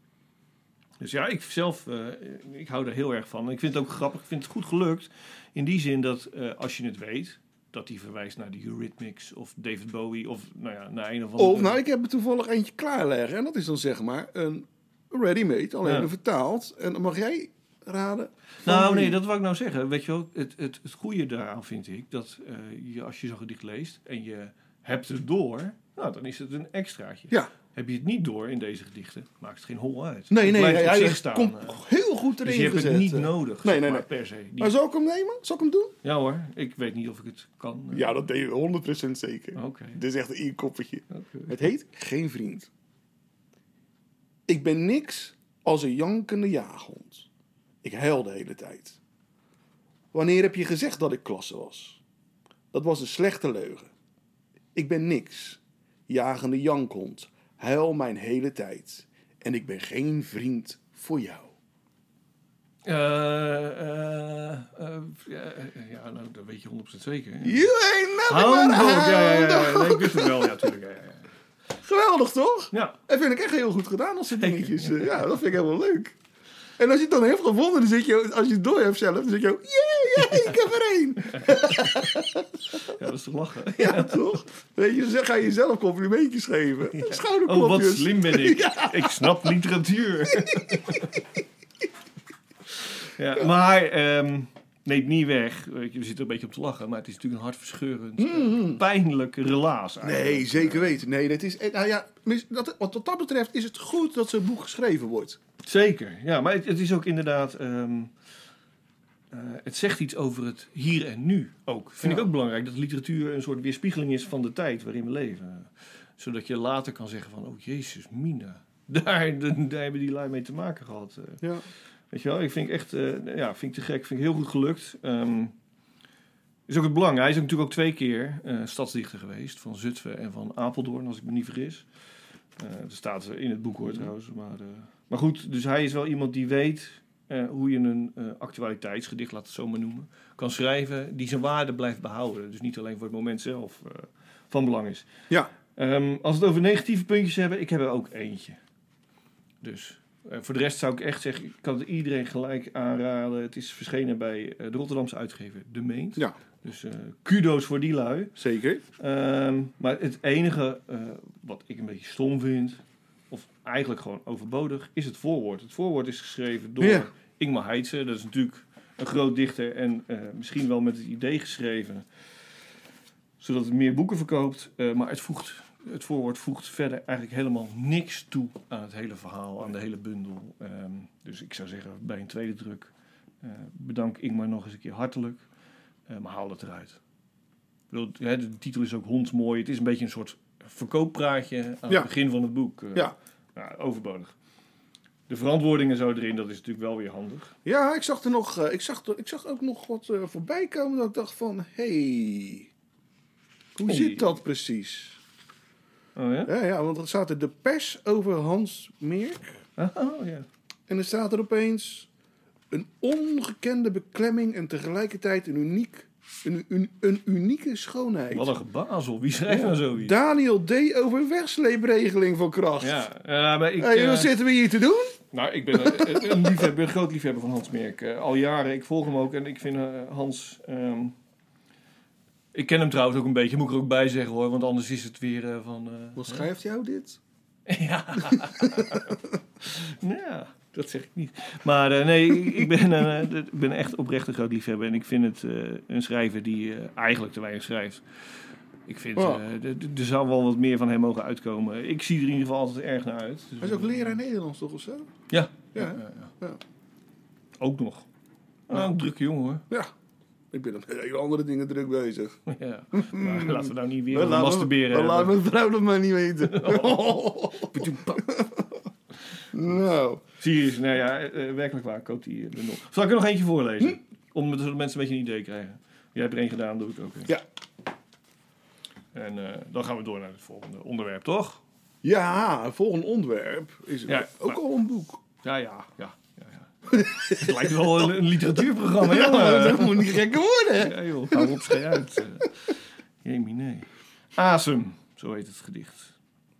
Dus ja, ik zelf, uh, ik hou er heel erg van. Ik vind het ook grappig, ik vind het goed gelukt. In die zin dat uh, als je het weet, dat hij verwijst naar de Eurythmics of David Bowie of nou ja, naar een of andere... Of, nou, ik heb er toevallig eentje klaarleggen. En dat is dan zeg maar een ready-made, alleen Ja. vertaald. En dan mag jij raden. van Nou, wie. nee, dat wil ik nou zeggen. Weet je wel, het, het, het goede daaraan vind ik dat uh, je, als je zo'n gedicht leest en je hebt het door, nou, dan is het een extraatje. Ja. Heb je het niet door in deze gedichten, maakt het geen hol uit. Nee, Het nee, blijft hij, op hij zich staan. komt uh, heel goed erin dus je hebt gezet. het niet eh. nodig, Nee, zeg nee, maar, nee. per se. Die- Maar zal ik hem nemen? Zal ik hem doen? Ja hoor, ik weet niet of ik het kan. uh. Ja, dat deed je honderd procent zeker. Oké. Dit is echt een inkoppertje. Oké. Het heet Geen Vriend. Ik ben niks als een jankende jaaghond. Ik huil de hele tijd. Wanneer heb je gezegd dat ik klasse was? Dat was een slechte leugen. Ik ben niks. Jagende jankhond. Huil mijn hele tijd. En ik ben geen vriend voor jou. Uh, uh, uh, ja, ja, nou, dat weet je honderd procent zeker. Hè? You ain't nothing Hound but a dog, ja, ja, ja, ja. hound Nee, ik wist het wel, ja, natuurlijk. Ja, ja, Geweldig, toch? Ja. Dat vind ik echt heel goed gedaan als soort dingetjes. Uh, ja, dat vind ik helemaal leuk. En als je het dan heeft gevonden, dan zit je, als je het door hebt zelf, dan zit je ook, yeah, yeah, ik heb er één. Ja, dat is toch lachen? Ja, toch? Weet je, dan ga je jezelf complimentjes geven. Ja. Schouderklopjes. Oh, wat slim ben ik. Ja. Ik snap literatuur. Ja, maar um, neemt niet weg. We zitten er een beetje op te lachen, maar het is natuurlijk een hartverscheurend, mm-hmm. pijnlijk relaas. Eigenlijk. Nee, zeker weten. Nee, dat is, nou ja, dat, wat dat betreft is het goed dat zo'n boek geschreven wordt. Zeker, ja, maar het, het is ook inderdaad. Um, uh, het zegt iets over het hier en nu ook. Vind ja. ik ook belangrijk dat literatuur een soort weerspiegeling is van de tijd waarin we leven. Zodat je later kan zeggen van, oh jezus, mina. Daar, daar hebben die lui mee te maken gehad. Uh, ja. Weet je wel, ik vind echt, uh, ja, vind ik te gek, vind ik heel goed gelukt. Um, is ook het belang. Hij is ook natuurlijk ook twee keer uh, stadsdichter geweest, van Zutphen en van Apeldoorn, als ik me niet vergis. Uh, dat staat in het boek hoor trouwens. Maar, uh, maar goed, dus hij is wel iemand die weet uh, hoe je een uh, actualiteitsgedicht, laat het zo maar noemen, kan schrijven, die zijn waarde blijft behouden. Dus niet alleen voor het moment zelf uh, van belang is. Ja. Um, als we het over negatieve puntjes hebben, ik heb er ook eentje. Dus uh, voor de rest zou ik echt zeggen, ik kan het iedereen gelijk aanraden. Het is verschenen bij uh, de Rotterdamse uitgever De Meent. Ja. Dus uh, kudo's voor die lui. Zeker. Um, maar het enige uh, wat ik een beetje stom vind, of eigenlijk gewoon overbodig, is het voorwoord. Het voorwoord is geschreven door ja. Ingmar Heitse. Dat is natuurlijk een groot dichter en uh, misschien wel met het idee geschreven, zodat het meer boeken verkoopt. Uh, maar het, voegt, het voorwoord voegt verder eigenlijk helemaal niks toe aan het hele verhaal, aan de hele bundel. Um, dus ik zou zeggen, bij een tweede druk, uh, bedank Ingmar nog eens een keer hartelijk. Uh, maar haal dat eruit. Bedoel, hè, de titel is ook hondsmooi. Het is een beetje een soort verkooppraatje aan ja. het begin van het boek. Uh, ja. Ja, overbodig. De verantwoordingen zo erin, dat is natuurlijk wel weer handig. Ja, ik zag er nog, uh, ik zag, ik zag ook nog wat uh, voorbij komen dat ik dacht van, hey, hoe hey. zit dat precies? Oh ja? Ja, ja, want er staat er de pers over Hans Meerk. Oh ja. En er staat er opeens een ongekende beklemming en tegelijkertijd een uniek, een, een, een unieke schoonheid. Wat een gebazel. Wie schrijft nou zoiets? Daniel D. over wegsleepregeling van kracht. Ja, uh, maar ik... Hey, wat uh, zitten we hier te doen? Nou, ik ben een, een, liefhebber, een groot liefhebber van Hans Meerk. Uh, al jaren, ik volg hem ook en ik vind uh, Hans... Um, ik ken hem trouwens ook een beetje, moet ik er ook bij zeggen hoor, want anders is het weer uh, van... Uh, wat schrijft jou dit? Ja. Ja, dat zeg ik niet. Maar uh, nee, ik ben, uh, ik ben echt oprecht een groot liefhebber. En ik vind het uh, een schrijver die uh, eigenlijk te weinig schrijft. Ik vind, oh. uh, d- er zou wel wat meer van hem mogen uitkomen. Ik zie er in ieder geval altijd erg naar uit. Dus, hij is ook leraar Nederlands toch of zo? Ja. Ja, ja, ja, ja. ja. Ook nog. Nou, een drukke jongen hoor. Ja. Ik ben op hele andere dingen druk bezig. Ja, maar laten we nou niet weer over masturberen. Dan laat mijn vrouw dat maar niet weten. Oh. Nou. Serieus, nou ja, uh, werkelijk waar, koopt die uh, nog. Zal ik er nog eentje voorlezen? Hm? Om zodat mensen een beetje een idee krijgen. Jij hebt er één gedaan, doe ik ook. Hè? Ja. En uh, dan gaan we door naar het volgende onderwerp, toch? Ja, het volgende onderwerp is ja, ook maar, al een boek. Ja, ja, ja. ja, ja. Het lijkt wel een, een literatuurprogramma, ja, jongen. Dat moet niet gekker worden. Ja, joh, hou op, schei uit. Uh, Jemie, nee. Asem, zo heet het gedicht.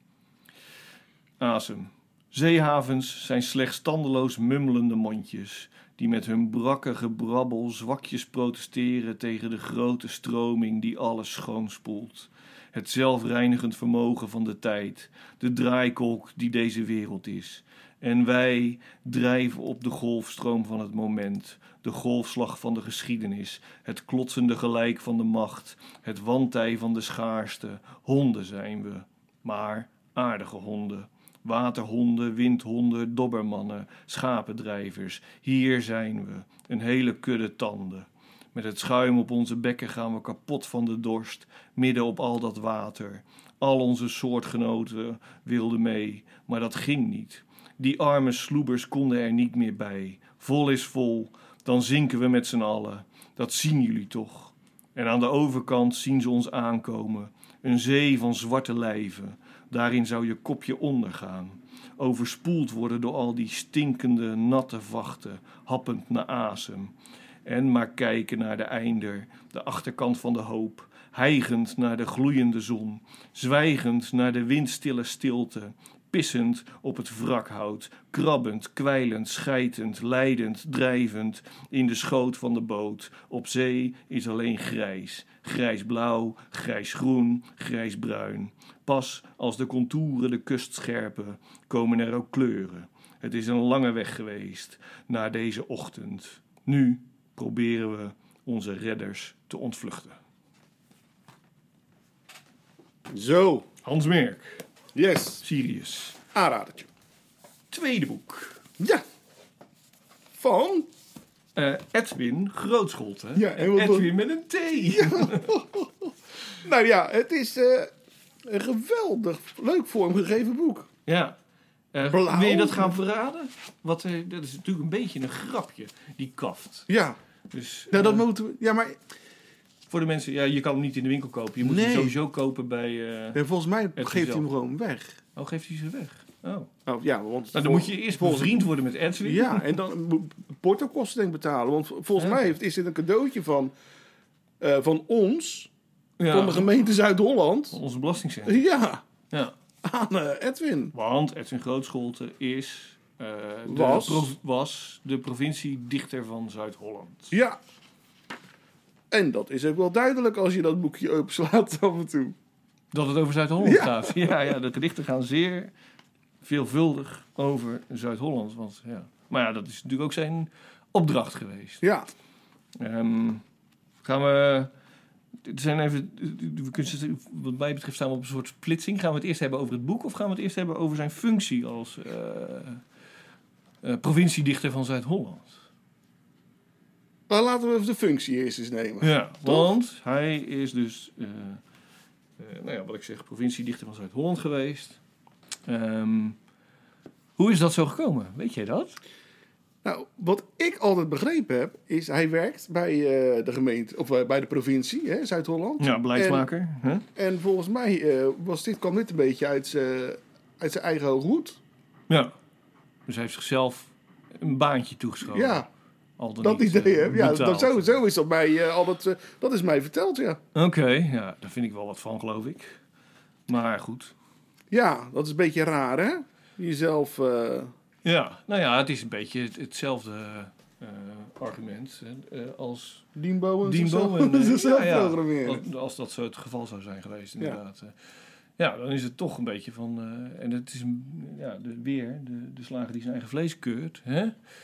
Asem. Zeehavens zijn slechts tandeloos mummelende mondjes, die met hun brakke gebrabbel zwakjes protesteren tegen de grote stroming die alles schoonspoelt. Het zelfreinigend vermogen van de tijd, de draaikolk die deze wereld is. En wij drijven op de golfstroom van het moment, de golfslag van de geschiedenis, het klotsende gelijk van de macht, het wantij van de schaarste. Honden zijn we, maar aardige honden. Waterhonden, windhonden, dobbermannen, schapendrijvers. Hier zijn we, een hele kudde tanden. Met het schuim op onze bekken gaan we kapot van de dorst, midden op al dat water. Al onze soortgenoten wilden mee, maar dat ging niet. Die arme sloebers konden er niet meer bij. Vol is vol, dan zinken we met z'n allen. Dat zien jullie toch. En aan de overkant zien ze ons aankomen. Een zee van zwarte lijven. Daarin zou je kopje ondergaan. Overspoeld worden door al die stinkende, natte vachten, happend naar asem. En maar kijken naar de einder, de achterkant van de hoop. Hijgend naar de gloeiende zon. Zwijgend naar de windstille stilte. Pissend op het wrakhout. Krabbend, kwijlend, schijtend, lijdend, drijvend. In de schoot van de boot. Op zee is alleen grijs. Grijsblauw, grijsgroen, grijsbruin. Pas als de contouren de kust scherpen, komen er ook kleuren. Het is een lange weg geweest naar deze ochtend. Nu proberen we onze redders te ontvluchten. Zo. Hans Merk, Yes. Sirius. Aanradertje. Tweede boek. Ja. Van? Uh, Edwin Grootscholte. Ja, en wat Edwin met een T. Nou ja, het is uh, een geweldig leuk vormgegeven boek. Ja. Uh, Blauw. wil je dat gaan verraden? Wat, uh, dat is natuurlijk een beetje een grapje, die kaft. Ja. Dus, Ja, dat uh, moeten we... Ja, maar voor de mensen, ja, je kan hem niet in de winkel kopen. Je moet Nee. hem sowieso kopen bij... Uh, en volgens mij Het geeft hij zelf. hem gewoon weg. oh, geeft hij ze weg? Oh. Oh, ja, want Nou, dan moet je eerst volgens- bevriend worden met Edwin. Ja, en dan moet portokosten denk ik betalen. Want volgens Ja. mij heeft, is dit een cadeautje van, uh, van ons, Ja. van de gemeente Zuid-Holland. Onze belastingcentrum. Ja, Ja. aan uh, Edwin. Want Edwin Grootscholte is... Uh, de Was. prov- was de provinciedichter van Zuid-Holland. Ja. En dat is ook wel duidelijk als je dat boekje openslaat af en toe. Dat het over Zuid-Holland Ja. gaat. Ja, ja, de gedichten gaan zeer veelvuldig over Zuid-Holland. Want, ja. Maar ja, dat is natuurlijk ook zijn opdracht geweest. Ja. Ehm, gaan we... Er zijn even, we kunnen, wat mij betreft staan we op een soort splitsing. Gaan we het eerst hebben over het boek of gaan we het eerst hebben over zijn functie als uh, uh, provinciedichter van Zuid-Holland? Dan laten we even de functie eerst eens nemen. Ja, Toch? want hij is dus, uh, uh, nou ja, wat ik zeg, provinciedichter van Zuid-Holland geweest. Um, hoe is dat zo gekomen? Weet jij dat? Nou, wat ik altijd begrepen heb, is hij werkt bij uh, de gemeente, of uh, bij de provincie, hè, Zuid-Holland. Ja, beleidsmaker. Huh? En, en volgens mij uh, was dit, kwam dit een beetje uit zijn uit zijn eigen hoge hoed. Ja, dus hij heeft zichzelf een baantje toegeschoven. Ja, Al dan dat niet, idee uh, heb. Ja, betaald. dat, zo, zo is dat mij uh, altijd, uh, dat is mij verteld, ja. Oké, okay, ja, daar vind ik wel wat van, geloof ik. Maar goed. Ja, dat is een beetje raar, hè? Jezelf... Uh... Ja, nou ja, het is een beetje het, hetzelfde uh, argument uh, als Dien Bowen Dien zichzelf, Bowen, uh, zichzelf ja, ja, programmeren. als, als dat zo het geval zou zijn geweest, inderdaad. Ja, ja dan is het toch een beetje van... Uh, en het is een, ja, de, weer de, de slager die zijn eigen vlees keurt. Hè?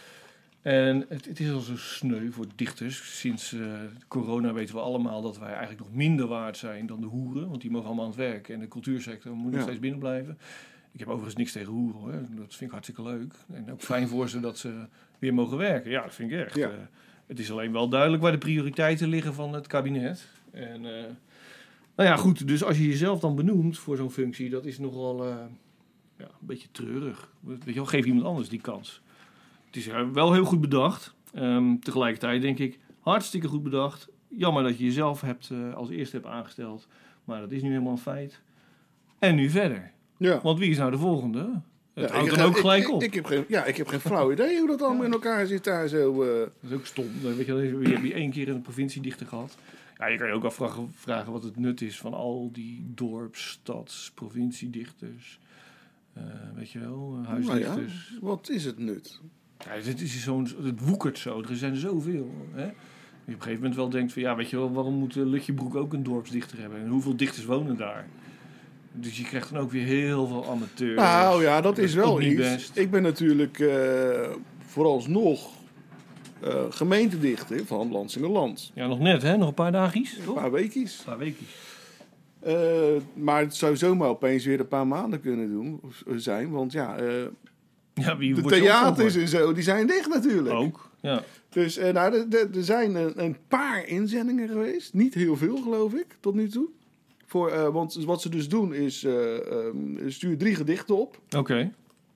En het, het is al zo sneu voor dichters. Sinds uh, corona weten we allemaal dat wij eigenlijk nog minder waard zijn dan de hoeren. Want die mogen allemaal aan het werk. En de cultuursector moet nog Ja. steeds binnen blijven. Ik heb overigens niks tegen hoeren, hoor. Dat vind ik hartstikke leuk. En ook fijn voor ze dat ze weer mogen werken. Ja, dat vind ik echt. Ja. Uh, het is alleen wel duidelijk waar de prioriteiten liggen van het kabinet. En uh, nou ja, goed. Dus als je jezelf dan benoemt voor zo'n functie, dat is nogal uh, ja, een beetje treurig. Weet je wel, geef iemand anders die kans. Het is uh, wel heel goed bedacht. Um, tegelijkertijd denk ik, hartstikke goed bedacht. Jammer dat je jezelf hebt, uh, als eerste hebt aangesteld. Maar dat is nu helemaal een feit. En nu verder. Ja. Want wie is nou de volgende? Het Ja, houdt ik, dan ook ik, gelijk ik, op. Ik, ik heb geen, ja, ik heb geen flauw idee hoe dat allemaal in elkaar zit daar zo. Uh... Dat is ook stom. Weet je, je hebt je één keer een provinciedichter gehad. Ja, je kan je ook afvragen vragen wat het nut is van al die dorps, stads, provinciedichters. Uh, weet je wel, huisdichters. Nou ja, wat is het nut? Ja, dit is zo'n, het woekert zo. Er zijn er zoveel. Hè? Je op een gegeven moment wel denkt van, ja, weet je wel, waarom moet Lutjebroek ook een dorpsdichter hebben? En hoeveel dichters wonen daar? Dus je krijgt dan ook weer heel veel amateurs. Nou ja, dat is wel ook niet iets. best. Ik ben natuurlijk uh, vooralsnog uh, gemeentedichter van Lansingerland. Ja, nog net, hè? Nog een paar dagjes, Een toch? paar weekjes. Een paar weekjes. Uh, maar het zou zomaar opeens weer een paar maanden kunnen doen, zijn. Want ja, uh, Ja, wie de wordt je theaters opvolger? en zo, die zijn dicht natuurlijk. Ook, ja. Dus uh, nou, er- er er zijn een, een paar inzendingen geweest. Niet heel veel, geloof ik, tot nu toe. Voor, uh, want wat ze dus doen is, uh, um, stuur drie gedichten op. Oké. Okay.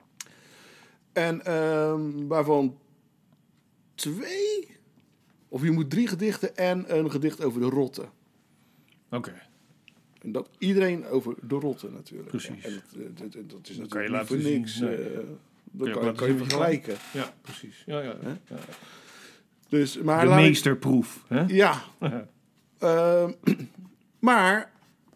En um, waarvan twee... Of je moet drie gedichten en een gedicht over de rotte. Oké. Okay. En dat iedereen over de rotte natuurlijk. Precies. En dat, dat, dat, dat is Dat kan je natuurlijk niet voor laten zien, niks. nee. Uh, je dat ook kan, laten kan je zien vergelijken. Ja, precies. Ja, ja. Hè? ja. Dus, maar De laat ik- meesterproef. Hè? Ja. uh, maar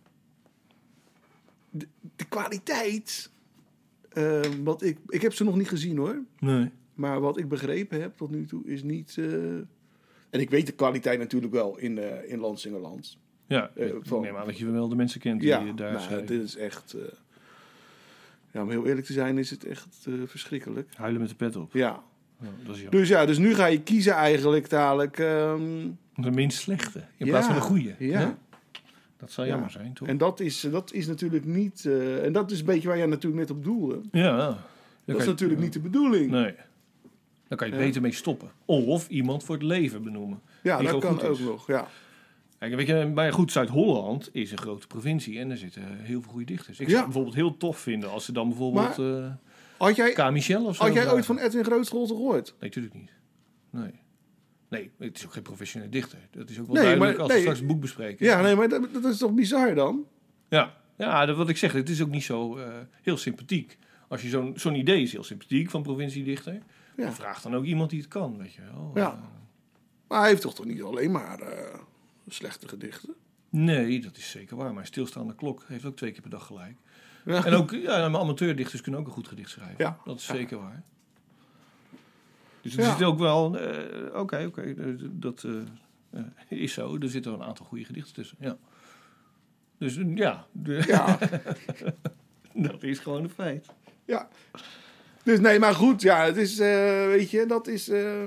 de, de kwaliteit, uh, wat ik, ik heb ze nog niet gezien hoor. Nee. Maar wat ik begrepen heb tot nu toe is niet... Uh, en ik weet de kwaliteit natuurlijk wel in, uh, in Lansingerland. Ja, Uh, ik van- neem aan dat je wel de mensen kent die Ja, daar nou, schrijven. dit is echt... Uh, ja, om heel eerlijk te zijn is het echt uh, verschrikkelijk. Huilen met de pet op. Ja. Ja, dat is jammer. Dus ja, dus nu ga je kiezen eigenlijk dadelijk... Um, De minst slechte, in ja, plaats van de goede. Ja. Hè? Dat zou jammer Ja. zijn, toch? En dat is, dat is natuurlijk niet... Uh, en dat is een beetje waar jij natuurlijk net op doelde. Ja. Dat kan is je- natuurlijk niet de bedoeling. Nee. Dan kan je Ja. beter mee stoppen. Of iemand voor het leven benoemen. Ja, die dat gewoon kan goed ook is. nog. Ja. Kijk, weet je, bij goed Zuid-Holland is een grote provincie en er zitten heel veel goede dichters. Ik Ja. zou het bijvoorbeeld heel tof vinden als ze dan bijvoorbeeld eh Had jij, K. Michel of zo had jij ooit vragen. van Edwin Grootscholte gehoord? Nee, natuurlijk niet. Nee. Nee, het is ook geen professionele dichter. Dat is ook wel Nee, duidelijk maar- als we nee. straks het boek bespreken. Ja, nee, maar dat, dat is toch bizar dan? Ja, ja dat, wat ik zeg, het is ook niet zo eh, heel sympathiek. Als je zo'n zo'n idee is heel sympathiek van provinciedichter. Ja. Dan vraag dan ook iemand die het kan, weet je wel. Ja. Eh, Maar hij heeft toch toch niet alleen maar uh, slechte gedichten? nee, dat is zeker waar. Maar stilstaande klok heeft ook twee keer per dag gelijk. Ja. En ook ja, maar amateurdichters kunnen ook een goed gedicht schrijven. Ja. Dat is Ja. zeker waar. Dus er Ja. zit ook wel... eh, Oké, oké, eh, dat eh, eh, is zo. Er zitten wel een aantal goede gedichten tussen. Ja. Dus eh, ja, de- Ja. dat is gewoon een feit. Ja. Dus nee, maar goed, ja, het is, uh, weet je, dat is, uh,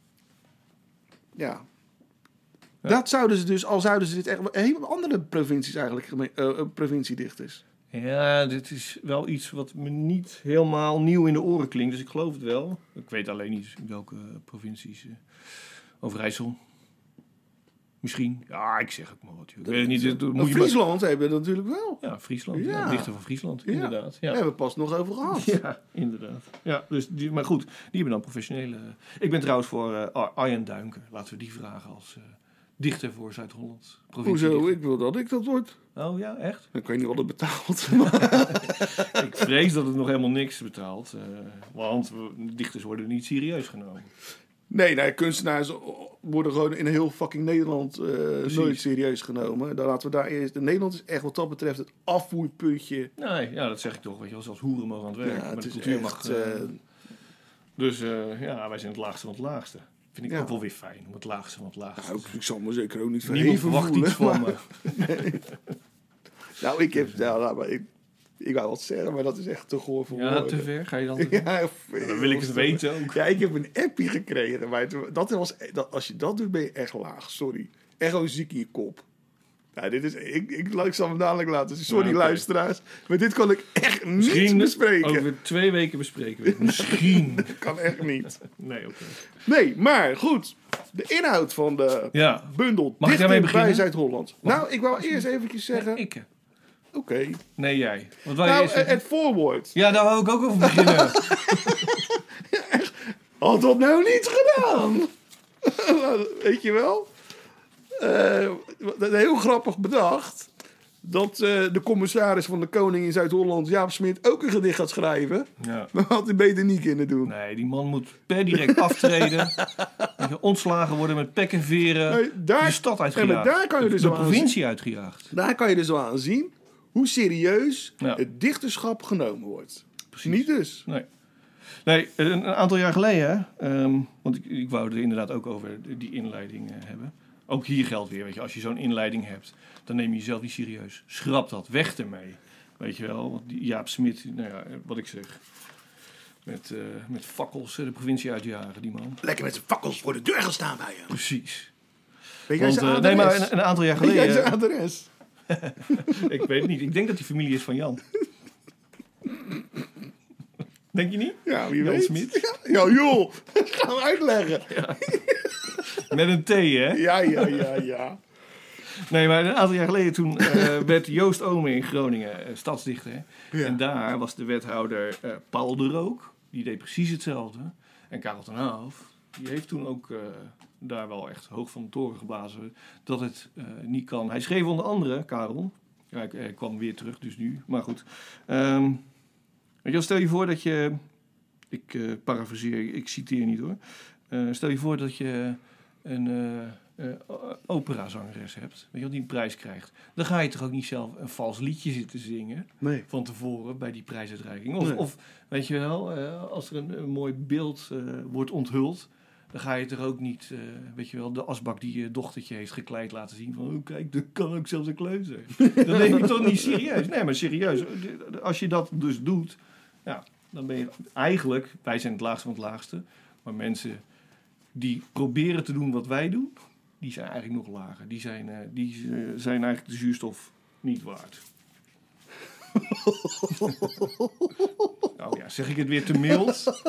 ja. Ja. Dat zouden ze dus, al zouden ze dit echt, heel andere provincies eigenlijk, geme- uh, provinciedichters. Ja, dit is wel iets wat me niet helemaal nieuw in de oren klinkt. Dus ik geloof het wel. Ik weet alleen niet in welke provincies. Uh, Overijssel. Misschien. Ja, ik zeg ook maar wat. joh. Ik weet het niet. Dat, dat moet je maar- Friesland hebben dat natuurlijk wel. Ja, Friesland. Ja. Ja. Dichter van Friesland, Ja. inderdaad. Daar Ja. hebben we het pas nog over gehad. Ja, inderdaad. Ja, dus die, maar goed, die hebben dan professionele... Ik ben trouwens voor uh, Ar- Arjen Duinken. Laten we die vragen als uh, dichter voor Zuid-Holland. Hoezo? Provinciedichter. Ik wil dat ik dat word. Oh ja, echt? Ik weet niet wat het betaalt. Ik vrees dat het nog helemaal niks betaalt. Uh, want we, dichters worden niet serieus genomen. Nee, nee, kunstenaars worden gewoon in heel fucking Nederland uh, nooit serieus genomen. Dan laten we daar eerst... Nederland is echt wat dat betreft het afvoerputje. Nee, ja, dat zeg ik toch. Weet je wel, zelfs hoeren mogen aan het werk. Ja, maar het de is cultuur echt... mag... Uh, uh, dus uh, ja, wij zijn het laagste van het laagste. Vind ik Ja. ook wel weer fijn, om het laagste van het laagste nou, te ik, ik zal me zeker ook niet Niemand verheven verwacht voelen. iets van maar- me. Nee. Nou, ik heb... Nou, nou, maar ik, ik wou wat zeggen, maar dat is echt te goor voor Ja, woorden. te ver. Ga je dan... Ja, Dan wil ik het weten ook. Ja, ik heb een appie gekregen. Maar het- dat was, dat, als je dat doet, ben je echt laag. Sorry. Echt gewoon ziek in je kop. Ja, dit is, ik, ik, ik zal hem dadelijk laten zien. Sorry, Ja, oké. luisteraars. Maar dit kan ik echt niet Misschien bespreken. over twee weken bespreken we het. Misschien. Dat kan echt niet. Nee, oké. Nee, maar goed. De inhoud van de Ja. bundel Mag ik Dichter daarmee bij beginnen? Zuid-Holland. Nou, ik wou eerst eventjes zeggen... Ik. hè. Oké. Nee, jij. Wat wou je Nou, eerst eh, zeggen? het voorwoord. Ja, daar wou ik ook over beginnen. Had dat nou niet gedaan? Weet je wel? Eh, wat- heel grappig bedacht. Dat eh, de commissaris van de Koning in Zuid-Holland, Jaap Smit, ook een gedicht gaat schrijven. Ja. Maar had hij beter niet kunnen doen. Nee, die man moet per direct aftreden. Weet je, ontslagen worden met pek en veren. Nee, daar- de stad Ja, uitgejaagd. maar daar kan je dus de wel aan provincie uitgejaagd. Daar kan je dus wel aan zien hoe serieus Ja. het dichterschap genomen wordt. Precies. Niet dus. Nee. Nee, een, een aantal jaar geleden, um, want ik, ik wou er inderdaad ook over die inleiding uh, hebben. Ook hier geldt weer, weet je, als je zo'n inleiding hebt, dan neem je jezelf niet serieus. Schrap dat, weg ermee. Weet je wel, want die Jaap Smit, nou ja, wat ik zeg, met, uh, met fakkels uh, de provincie uitjagen, die man. Lekker met zijn fakkels voor de deur gaan staan bij hem. Precies. Weet jij Want, zijn uh, nee, adres? maar een, een aantal jaar Weet jij zijn geleden... adres? Ik weet het niet, ik denk dat die familie is van Jan. Denk je niet? Ja, wie Jan weet. Smit. Ja, ja, joh. Gaan we uitleggen. Met een T, hè? Ja, ja, ja, ja. Nee, maar een aantal jaar geleden toen uh, werd Joost Ome in Groningen uh, stadsdichter. Ja. En daar was de wethouder uh, Paul de Rook. Die deed precies hetzelfde. En Karel ten Haaf, die heeft toen ook uh, daar wel echt hoog van de toren geblazen dat het uh, niet kan. Hij schreef onder andere, Karel, ja, ik, hij kwam weer terug dus nu, maar goed. Um, weet je wel, stel je voor dat je, ik uh, parafraseer, ik citeer niet hoor. Uh, stel je voor dat je een uh, uh, operazangeres hebt, weet je wel, die een prijs krijgt. Dan ga je toch ook niet zelf een vals liedje zitten zingen Nee. van tevoren bij die prijsuitreiking. Of, Nee. of weet je wel, uh, als er een, een mooi beeld uh, wordt onthuld, dan ga je toch ook niet, uh, weet je wel, de asbak die je dochtertje heeft gekleid laten zien. Van, oh kijk, dat kan ook zelfs een kleuter. Dat neem je toch niet serieus? Nee, maar serieus. Als je dat dus doet, ja, dan ben je eigenlijk, wij zijn het laagste van het laagste, maar mensen die proberen te doen wat wij doen, die zijn eigenlijk nog lager. Die zijn, uh, die uh, zijn eigenlijk de zuurstof niet waard. Nou ja, zeg ik het weer te mild?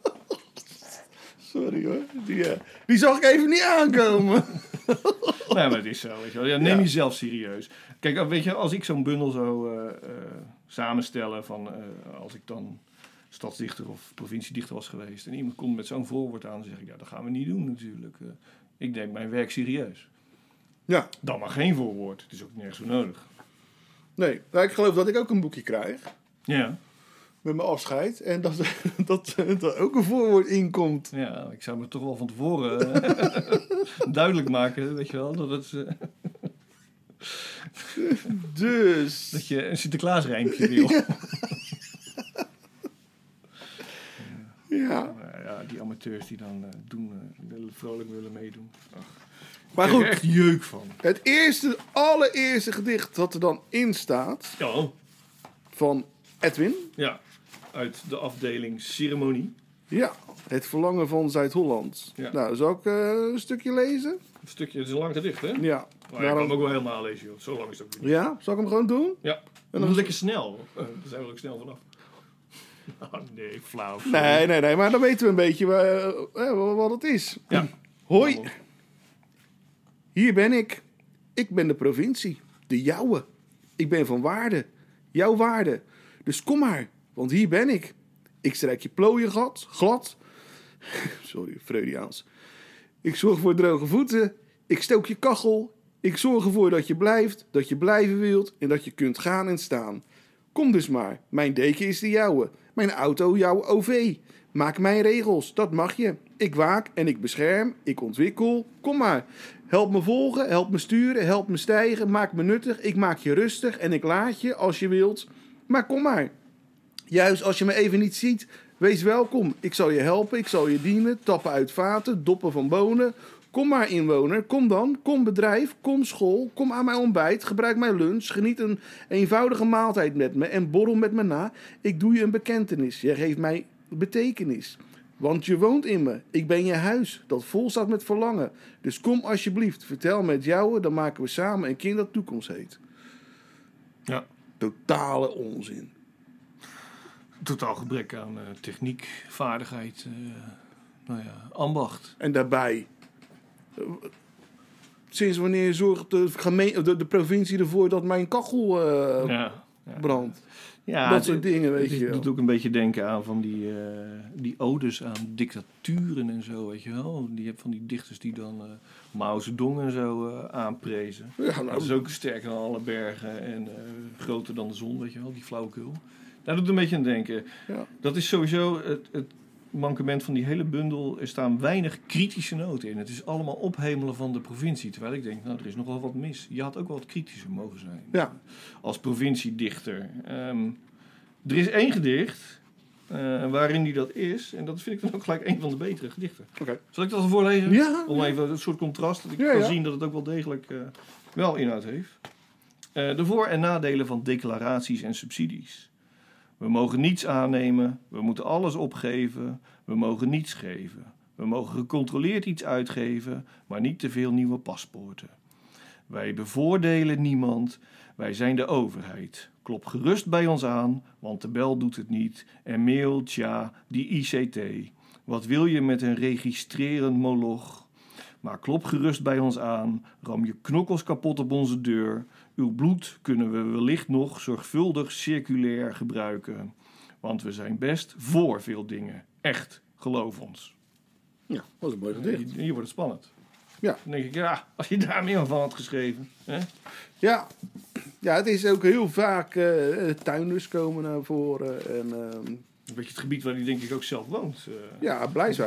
Sorry hoor. Die, uh, die zag ik even niet aankomen. Nee, maar het is zo, weet je wel. Ja, neem Ja. jezelf serieus. Kijk, weet je, als ik zo'n bundel zou uh, uh, samenstellen van uh, als ik dan stadsdichter of provinciedichter was geweest en iemand komt met zo'n voorwoord aan, dan zeg ik, ja, dat gaan we niet doen natuurlijk. Uh, ik neem mijn werk serieus. Ja. Dan maar geen voorwoord. Het is ook nergens zo nodig. Nee, nou, ik geloof dat ik ook een boekje krijg. Ja. Met mijn afscheid. En dat, dat, dat er ook een voorwoord in komt. Ja, ik zou me toch wel van tevoren uh, duidelijk maken, weet je wel, dat het uh, Dus. dat je een Sinterklaasrijmpje wil. Ja. Ja. Uh, ja, die amateurs die dan uh, doen, uh, vrolijk willen meedoen. Ach. Maar Ik krijg goed, er echt jeuk van. het eerste, allereerste gedicht dat er dan in staat Ja, van Edwin. ja, uit de afdeling ceremonie. Ja, het verlangen van Zuid-Holland. Ja. Nou, zal ik uh, een stukje lezen? Een stukje, het is een lang gedicht, hè? Ja. Maar je kan Daarom- hem ook wel helemaal lezen, joh. Zo lang is het ook niet. Ja, zal ik hem gewoon doen? Ja, en dan- dan lekker snel. Uh, daar zijn we er ook snel vanaf. Oh nee, flauw. sorry. Nee, nee, nee, maar dan weten we een beetje waar, uh, wat het is. Ja. Hoi, hier ben ik. Ik ben de provincie, de jouwe. Ik ben van waarde, jouw waarde. Dus kom maar, want hier ben ik. Ik strijk je plooien gat, glad. Sorry, Freudiaans. Ik zorg voor droge voeten. Ik stook je kachel. Ik zorg ervoor dat je blijft, dat je blijven wilt en dat je kunt gaan en staan. Kom dus maar, mijn deken is de jouwe. Mijn auto jouw O V. Maak mijn regels, dat mag je. Ik waak en ik bescherm, ik ontwikkel. Kom maar, help me volgen, help me sturen, help me stijgen. Maak me nuttig, ik maak je rustig en ik laat je als je wilt. Maar kom maar. Juist als je me even niet ziet, wees welkom. Ik zal je helpen, ik zal je dienen. Tappen uit vaten, doppen van bonen. Kom maar inwoner, kom dan, kom bedrijf, kom school, kom aan mijn ontbijt, gebruik mijn lunch, geniet een eenvoudige maaltijd met me en borrel met me na. Ik doe je een bekentenis, jij geeft mij betekenis. Want je woont in me, ik ben je huis, dat vol staat met verlangen. Dus kom alsjeblieft, vertel met jou, dan maken we samen een kind dat toekomst heet. Ja. Totale onzin. Totaal gebrek aan uh, techniek, vaardigheid, uh, nou ja, ambacht. En daarbij, uh, sinds wanneer zorgt de, gemeen, de, de provincie ervoor dat mijn kachel uh, Ja, ja. brandt? Ja, Dat het- soort dingen, weet het je wel. doet ook een beetje denken aan van die, uh, die odes aan dictaturen en zo, weet je wel. Die hebt van die dichters die dan uh, Mao Zedong en zo uh, aanprezen. Ja, nou, Dat is ook sterker dan alle bergen en uh, groter dan de zon, weet je wel, die flauwekul. Daar doet een beetje aan denken. Ja. Dat is sowieso het, het mankement van die hele bundel. Er staan weinig kritische noten in. Het is allemaal ophemelen van de provincie. Terwijl ik denk, nou, er is nog wel wat mis. Je had ook wel wat kritischer mogen zijn. Ja. Als provinciedichter. Um, er is één gedicht uh, waarin die dat is. En dat vind ik dan ook gelijk een van de betere gedichten. Oké. Zal ik dat ervoor lezen? Ja. Om even een soort contrast. Dat ik Ja, kan ja. zien dat het ook wel degelijk uh, wel inhoud heeft. Uh, de voor- en nadelen van declaraties en subsidies. We mogen niets aannemen, we moeten alles opgeven, we mogen niets geven. We mogen gecontroleerd iets uitgeven, maar niet te veel nieuwe paspoorten. Wij bevoordelen niemand, wij zijn de overheid. Klop gerust bij ons aan, want de bel doet het niet. En mail, tja, die I C T. Wat wil je met een registrerend moloch? Maar klop gerust bij ons aan, ram je knokkels kapot op onze deur. Uw bloed kunnen we wellicht nog zorgvuldig circulair gebruiken. Want we zijn best voor veel dingen. Echt, geloof ons. Ja, dat was een mooi gedicht. Hier, hier wordt het spannend. Ja. Dan denk ik, ja, als je daar meer van had geschreven. Hè? Ja. Ja, het is ook heel vaak uh, tuinders komen naar voren. En, uh, Een beetje het gebied waar hij denk ik ook zelf woont. Uh, ja, Blijswijk.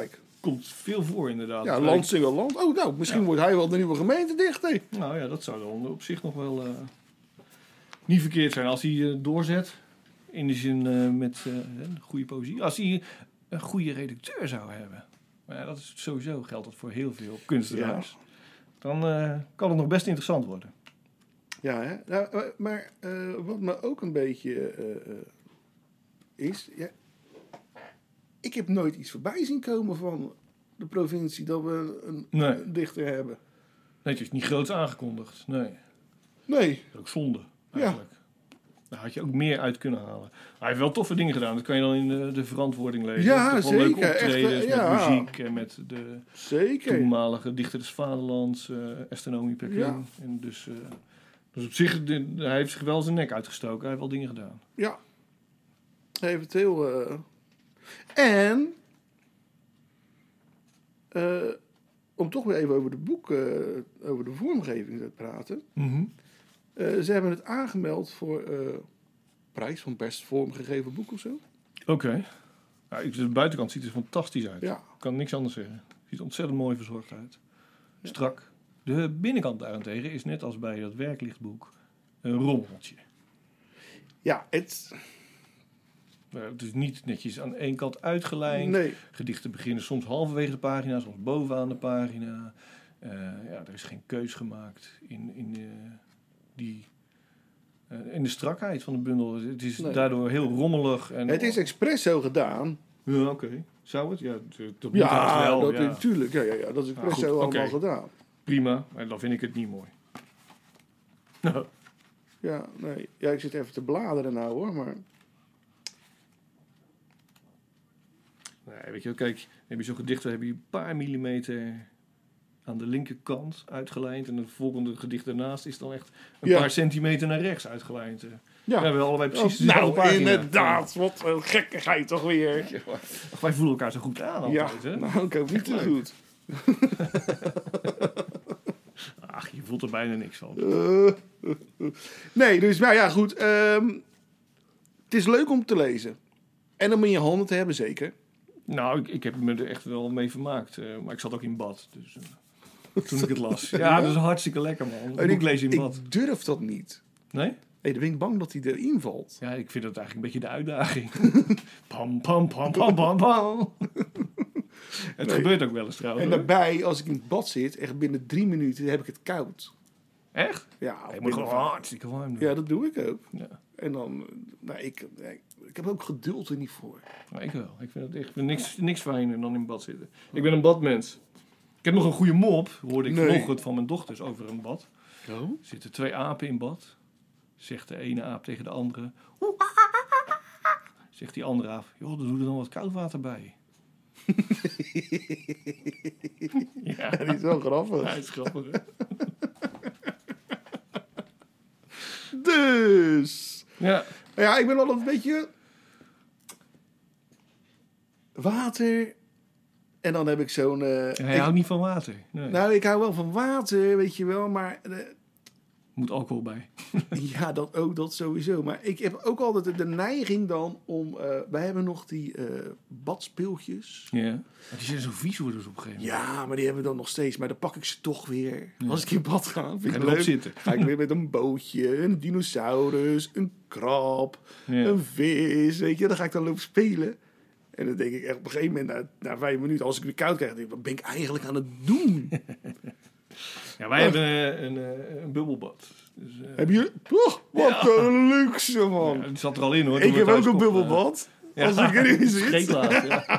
komt veel voor inderdaad. Ja, Dat land, single land. Oh, nou, misschien Ja. wordt hij wel de nieuwe gemeentedichter. Nou ja, dat zou dan op zich nog wel uh, niet verkeerd zijn als hij uh, doorzet. In de zin uh, met uh, een goede poëzie. Als hij een goede redacteur zou hebben. Maar ja, dat is sowieso geldt dat voor heel veel kunstenaars. Ja. Dan uh, kan het nog best interessant worden. Ja, hè? Nou, maar uh, wat me ook een beetje uh, uh, is... Ja, ik heb nooit iets voorbij zien komen van de provincie dat we een, nee. een dichter hebben. Nee, het is niet groots aangekondigd. Nee. Nee. Dat is ook zonde, eigenlijk. Ja. Daar had je ook meer uit kunnen halen. Hij heeft wel toffe dingen gedaan. Dat kan je dan in de, de verantwoording lezen. Ja, zeker. Leuke optredens echt, met ja. muziek en met de zeker. toenmalige dichter des Vaderlands, uh, Esther Naomi Pekin. Ja. En dus, uh, dus op zich, de, hij heeft zich wel zijn nek uitgestoken. Hij heeft wel dingen gedaan. Ja. Hij heeft het heel... Uh... En... Uh, om toch weer even over de boek, uh, over de vormgeving te praten. Mm-hmm. Uh, ze hebben het aangemeld voor uh, prijs van best vormgegeven boek of zo. Oké. Okay. Ja, de buitenkant ziet er fantastisch uit. Ja. Ik kan niks anders zeggen. Het ziet er ontzettend mooi verzorgd uit. Strak. De binnenkant daarentegen is net als bij dat werklichtboek een rommeltje. Ja, het... Nou, het is niet netjes aan één kant uitgelijnd. Nee. Gedichten beginnen soms halverwege de pagina, soms bovenaan de pagina. Uh, ja, er is geen keus gemaakt in, in, de, die, uh, in de strakheid van de bundel. Het is nee. daardoor heel rommelig. En het is expres zo gedaan. Ja, oké. Okay. Zou het? Ja, dat moet ja, wel. Dat, ja, natuurlijk. Ja, ja, ja, dat is expres ja, zo allemaal okay. gedaan. Prima, maar dan vind ik het niet mooi. Nou. Ja, nee. Ja, ik zit even te bladeren nou hoor, maar... Nee, weet je, kijk, heb je zo'n gedicht, dan heb je een paar millimeter aan de linkerkant uitgelijnd. En het volgende gedicht daarnaast is dan echt een ja. paar centimeter naar rechts uitgelijnd. Ja. Ja. We hebben allebei precies oh, dezelfde nou, pagina. Inderdaad, wat een gekkigheid toch weer. Ja, ach, wij voelen elkaar zo goed aan altijd, ja, hè? Nou, ik hoop niet zo goed. Ach, je voelt er bijna niks van. Uh, nee, dus, nou ja, goed. Um, het is leuk om te lezen. En om in je handen te hebben, zeker. Nou, ik, ik heb me er echt wel mee vermaakt. Uh, maar ik zat ook in bad, dus uh, toen ik het las. Ja, dat is hartstikke lekker, man. Ik, ik lees in bad. Ik durf dat niet. Nee? Nee, dan ben ik bang dat hij erin valt. Ja, ik vind dat eigenlijk een beetje de uitdaging. pam, pam, pam, pam, pam, pam. Het nee. gebeurt ook wel eens trouwens. En daarbij, als ik in het bad zit, echt binnen drie minuten heb ik het koud. Echt? Ja. Je moet gewoon hartstikke warm doen. Ja, dat doe ik ook. Ja. En dan, nou, ik, nee, ik heb ook geduld er niet voor. Nou, ik wel. Ik vind het echt niks, niks fijner dan in bad zitten. Ik ben een badmens. Ik heb nog een goede mop, hoorde ik nee. vanochtend van mijn dochters over een bad. Oh? Er zitten twee apen in bad. Zegt de ene aap tegen de andere. Zegt die andere aap, joh, dan doe er dan wat koud water bij. Ja, die is wel grappig. Ja, is grappig, hè? Dus. Ja. Ja, ik ben wel een beetje... Water. En dan heb ik zo'n... Uh, Hij houdt niet van water. Nee. Nou, ik hou wel van water, weet je wel, maar... Uh, moet alcohol bij. Ja, dat ook, dat sowieso. Maar ik heb ook altijd de neiging dan om... Uh, wij hebben nog die uh, badspeeltjes. Ja. Maar die zijn zo vies worden dus op een gegeven moment. Ja, maar die hebben we dan nog steeds. Maar dan pak ik ze toch weer. Ja. Als ik in bad ga, vind ga ik leuk. Zitten. Ga ik weer met een bootje, een dinosaurus, een krab, ja. een vis. Weet je, dan ga ik dan lopen spelen. En dan denk ik echt op een gegeven moment, na, na vijf minuten, als ik weer koud krijg, denk ik, wat ben ik eigenlijk aan het doen? Ja, wij oh. hebben een, een, een bubbelbad. Dus, uh, heb je? Oh, wat ja. een luxe, man. Ja, die zat er al in, hoor. Ik heb ook een bubbelbad. Uh, als ja. ik erin zit. Scheetlaag, ja.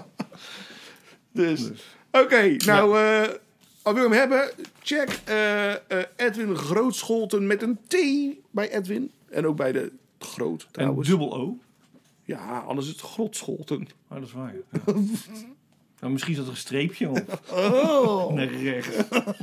Dus, dus. Oké, okay, nou, ja. uh, als we hem hebben, check uh, uh, Edwin Grootscholten met een T bij Edwin. En ook bij de Groot, trouwens. En dubbel O. Ja, anders is het Grotscholten. Oh, dat is waar, ja. Nou, misschien zat er een streepje op. Oh. Naar rechts.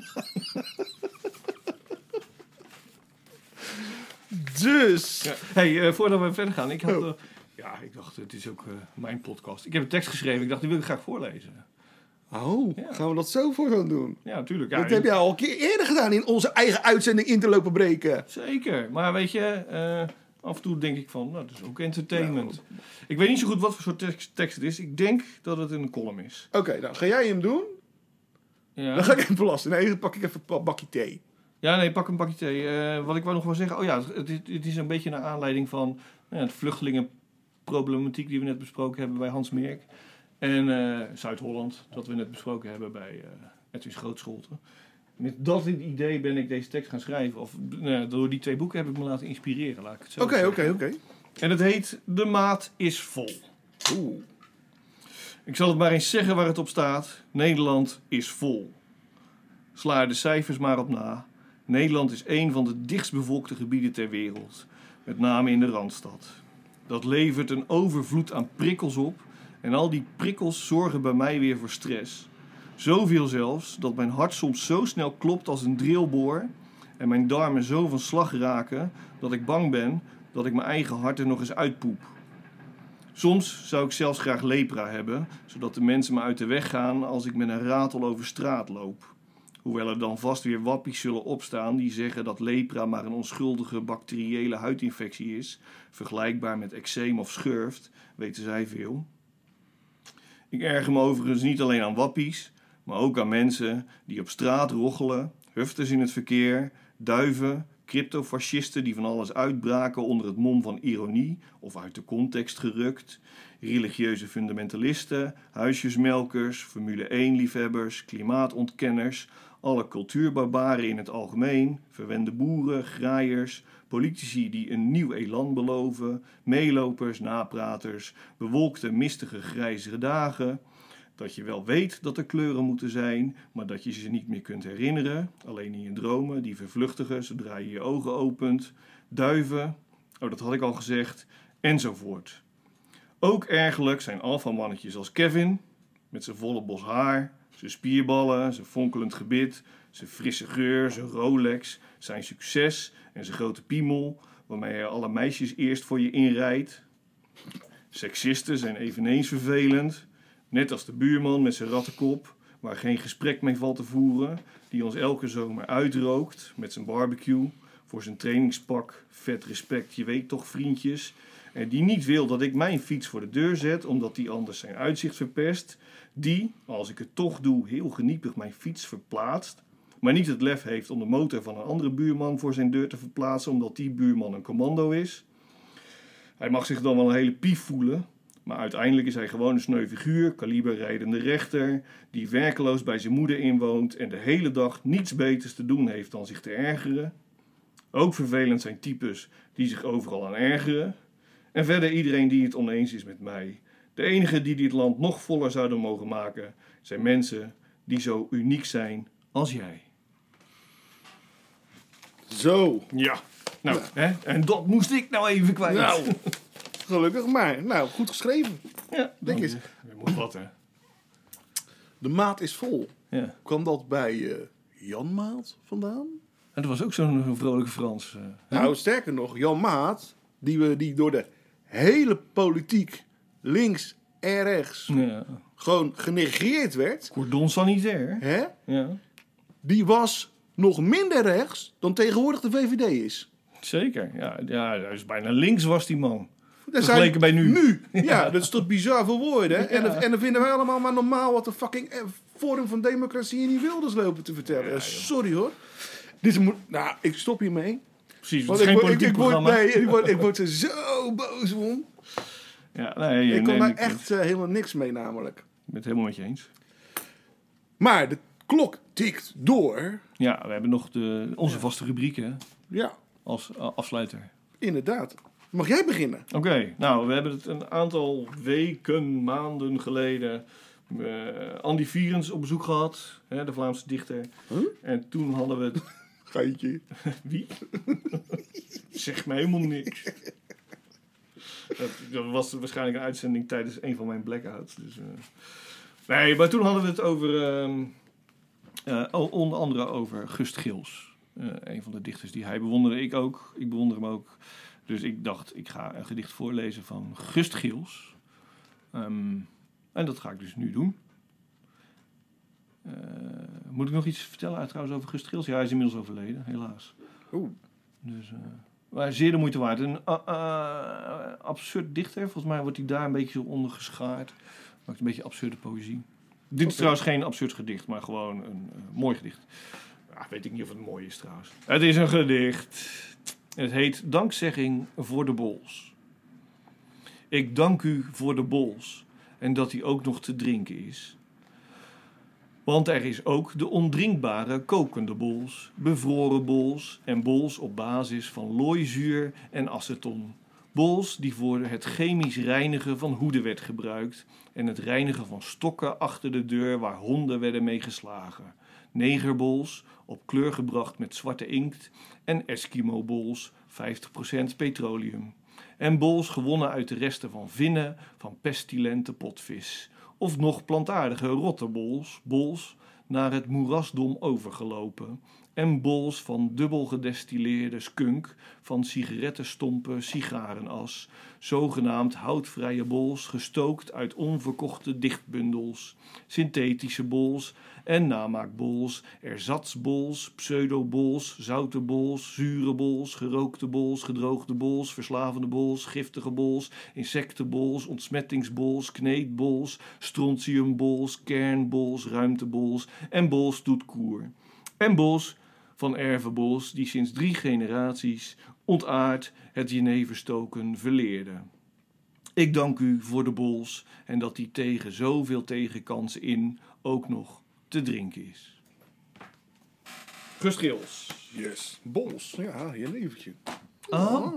Dus. Ja. Hey, uh, voordat we verder gaan. Ik had, uh, ja, ik dacht, het is ook uh, mijn podcast. Ik heb een tekst geschreven. Ik dacht, die wil ik graag voorlezen. Oh, ja. Gaan we dat zo voor gaan doen? Ja, natuurlijk. Ja, dat heb jij al een keer eerder gedaan in onze eigen uitzending Interlopen Breken. Zeker. Maar weet je, uh, Af en toe denk ik van, nou, dat is ook entertainment. Ja. Ik weet niet zo goed wat voor soort tekst, tekst het is. Ik denk dat het een column is. Oké, okay, nou ga jij hem doen? Ja. Dan ga ik even belasten. Nee, dan pak ik even een bakje thee. Ja, nee, pak een bakje thee. Uh, wat ik wou nog wel zeggen, oh ja, het is, het is een beetje naar aanleiding van uh, het vluchtelingenproblematiek die we net besproken hebben bij Hans Meerk. En uh, Zuid-Holland, dat we net besproken hebben bij uh, Edwin Schootscholte. Met dat idee ben ik deze tekst gaan schrijven. Of uh, door die twee boeken heb ik me laten inspireren, laat ik het zo Oké, oké, oké. En het heet De Maat is Vol. Oeh. Ik zal het maar eens zeggen waar het op staat. Nederland is vol. Sla er de cijfers maar op na. Nederland is een van de dichtstbevolkte gebieden ter wereld. Met name in de Randstad. Dat levert een overvloed aan prikkels op. En al die prikkels zorgen bij mij weer voor stress. Zoveel zelfs dat mijn hart soms zo snel klopt als een drillboor. En mijn darmen zo van slag raken dat ik bang ben dat ik mijn eigen hart er nog eens uitpoep. Soms zou ik zelfs graag lepra hebben, zodat de mensen me uit de weg gaan als ik met een ratel over straat loop. Hoewel er dan vast weer wappies zullen opstaan die zeggen dat lepra maar een onschuldige bacteriële huidinfectie is, vergelijkbaar met eczeem of schurft, weten zij veel. Ik erger me overigens niet alleen aan wappies, maar ook aan mensen die op straat rochelen, hufters in het verkeer, duiven, cryptofascisten die van alles uitbraken onder het mom van ironie of uit de context gerukt, religieuze fundamentalisten, huisjesmelkers, Formule één-liefhebbers, klimaatontkenners, alle cultuurbarbaren in het algemeen, verwende boeren, graaiers, politici die een nieuw elan beloven, meelopers, napraters, bewolkte, mistige, grijzere dagen. Dat je wel weet dat er kleuren moeten zijn, maar dat je ze niet meer kunt herinneren. Alleen in je dromen, die vervluchtigen zodra je je ogen opent. Duiven, oh dat had ik al gezegd, enzovoort. Ook ergerlijk zijn alfamannetjes als Kevin, met zijn volle bos haar, zijn spierballen, zijn fonkelend gebit, zijn frisse geur, zijn Rolex, zijn succes en zijn grote piemel, waarmee hij alle meisjes eerst voor je inrijdt. Seksisten zijn eveneens vervelend. Net als de buurman met zijn rattenkop, waar geen gesprek mee valt te voeren, die ons elke zomer uitrookt met zijn barbecue, voor zijn trainingspak, vet respect, je weet toch vriendjes, en die niet wil dat ik mijn fiets voor de deur zet, omdat die anders zijn uitzicht verpest, die, als ik het toch doe, heel geniepig mijn fiets verplaatst, maar niet het lef heeft om de motor van een andere buurman voor zijn deur te verplaatsen, omdat die buurman een commando is. Hij mag zich dan wel een hele pief voelen, maar uiteindelijk is hij gewoon een sneu figuur, kaliberrijdende rechter, die werkeloos bij zijn moeder inwoont en de hele dag niets beters te doen heeft dan zich te ergeren. Ook vervelend zijn types die zich overal aan ergeren. En verder iedereen die het oneens is met mij. De enige die dit land nog voller zouden mogen maken, zijn mensen die zo uniek zijn als jij. Zo. Ja. Nou, ja. Hè? En dat moest ik nou even kwijt. Nou, gelukkig maar. Nou, goed geschreven. Ja. Denk eens. Je moet wat, hè. De maat is vol. Ja. Kwam dat bij uh, Jan Maat vandaan? En dat was ook zo'n vrolijke Frans. Uh, nou, sterker nog, Jan Maat, die, we, die door de hele politiek, links en rechts, ja. gewoon genegeerd werd. Cordon sanitair. Hè? Ja. Die was nog minder rechts dan tegenwoordig de V V D is. Zeker, ja. ja dus bijna links was die man. Vergeleken bij nu. Nu, ja, ja, dat is toch bizar voor woorden. Ja. En, en dan vinden wij allemaal maar normaal wat de fucking Forum van Democratie in die Wilders lopen te vertellen. Ja, sorry hoor. Dit moet, nou, ik stop hiermee. Precies, want het is ik, geen politiek ik, ik programma. Word, nee, ik word, ik word er zo boos om. Ja, nee, ik kon nee, daar echt uh, helemaal niks mee namelijk. Ik ben het helemaal met je eens. Maar de klok tikt door. Ja, we hebben nog de, onze vaste rubrieken ja. als uh, afsluiter. Inderdaad. Mag jij beginnen? Oké, okay, nou, we hebben het een aantal weken, maanden geleden uh, Andy Vierens op bezoek gehad, hè, de Vlaamse dichter. Huh? En toen hadden we het... Geintje. Wie? Zeg me helemaal niks. Dat, dat was waarschijnlijk een uitzending tijdens een van mijn blackouts. Dus, uh... Nee, maar toen hadden we het over... Uh, uh, onder andere over Gust Gils. Uh, een van de dichters die hij bewonderde. Ik ook. Ik bewonder hem ook. Dus ik dacht, ik ga een gedicht voorlezen van Gust Gils. Um, en dat ga ik dus nu doen. Uh, moet ik nog iets vertellen trouwens over Gust Gils? Ja, hij is inmiddels overleden, helaas. Oeh. Dus, uh, Maar zeer de moeite waard. Een uh, uh, absurd dichter. Volgens mij wordt hij daar een beetje zo onder geschaard. Maakt een beetje absurde poëzie. Dit is okay. Trouwens geen absurd gedicht, maar gewoon een uh, mooi gedicht. Ja, weet ik niet of het mooi is trouwens. Het is een gedicht. Het heet Dankzegging voor de bols. Ik dank u voor de bols. En dat die ook nog te drinken is. Want er is ook de ondrinkbare kokende bols, bevroren bols en bols op basis van looizuur en aceton. Bols die voor het chemisch reinigen van hoeden werd gebruikt en het reinigen van stokken achter de deur waar honden werden mee geslagen. Negerbols, op kleur gebracht met zwarte inkt en Eskimo-bols, vijftig procent petroleum. En bols gewonnen uit de resten van vinnen van pestilente potvis. Of nog plantaardige rotterbols, bols naar het moerasdom overgelopen. En bols van dubbel gedestilleerde skunk, van sigarettenstompen, sigarenas. Zogenaamd houtvrije bols, gestookt uit onverkochte dichtbundels. Synthetische bols en namaakbols, erzatsbols, pseudobols, zoute bols, zure bols, gerookte bols, gedroogde bols, verslavende bols, giftige bols, insectenbols, ontsmettingsbols, kneedbols, strontiumbols, kernbols, ruimtebols en bols tout court. En bols van ervenbols die sinds drie generaties ontaard het jeneverstoken verleerden. Ik dank u voor de bols en dat die tegen zoveel tegenkansen in ook nog te drinken is. Geschils. Yes. Bols. Ja, jenevertje. Ah.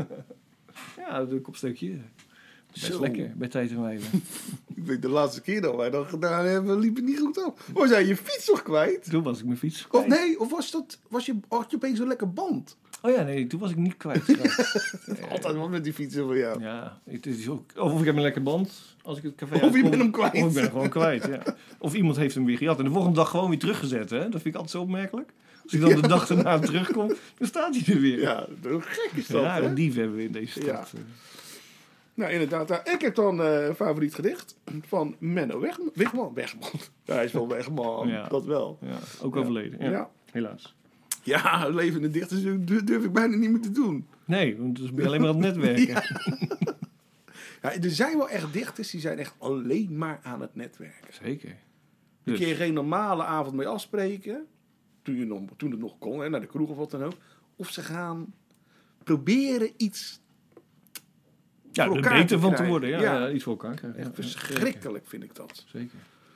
Ja, dat doe ik op stukje. Best Zo. Lekker, bij tijd en wijle. Ik weet de laatste keer dat wij dat gedaan hebben, liep het niet goed af. Was jij je fiets nog kwijt? Toen was ik mijn fiets kwijt. Of nee, of was, dat, was je, had je opeens een lekker band? Oh ja, nee, toen was ik niet kwijt. uh, Altijd wel met die fietsen van jou. Ja, het is ook, of ik heb een lekker band als ik het café Of je bent hem kwijt. Of ik ben hem gewoon kwijt, ja. Of iemand heeft hem weer gejat en de volgende dag gewoon weer teruggezet, hè. Dat vind ik altijd zo opmerkelijk. Als ik dan ja. de dag erna terugkom, dan staat hij er weer. Ja, hoe gek is dat, ja, hè? Een dief hebben we in deze stad. Ja. Nou, inderdaad. Ik heb dan een uh, favoriet gedicht van Menno Weg, Wigman. Wegman. Ja, hij is wel Wegman, ja. Dat wel. Ja, ook overleden, ja. Ja. Helaas. Ja, levende dichters durf ik bijna niet meer te doen. Nee, want het is alleen maar aan het netwerken. Ja. Ja, er zijn wel echt dichters die zijn echt alleen maar aan het netwerken. Zeker. Dus. Een keer geen normale avond mee afspreken, toen, je nog, toen het nog kon, hè, naar de kroeg of wat dan ook. Of ze gaan proberen iets ja, er beter van te worden. Ja, ja. Ja, iets voor elkaar krijgen. Echt ja, verschrikkelijk vind ik dat. Zeker.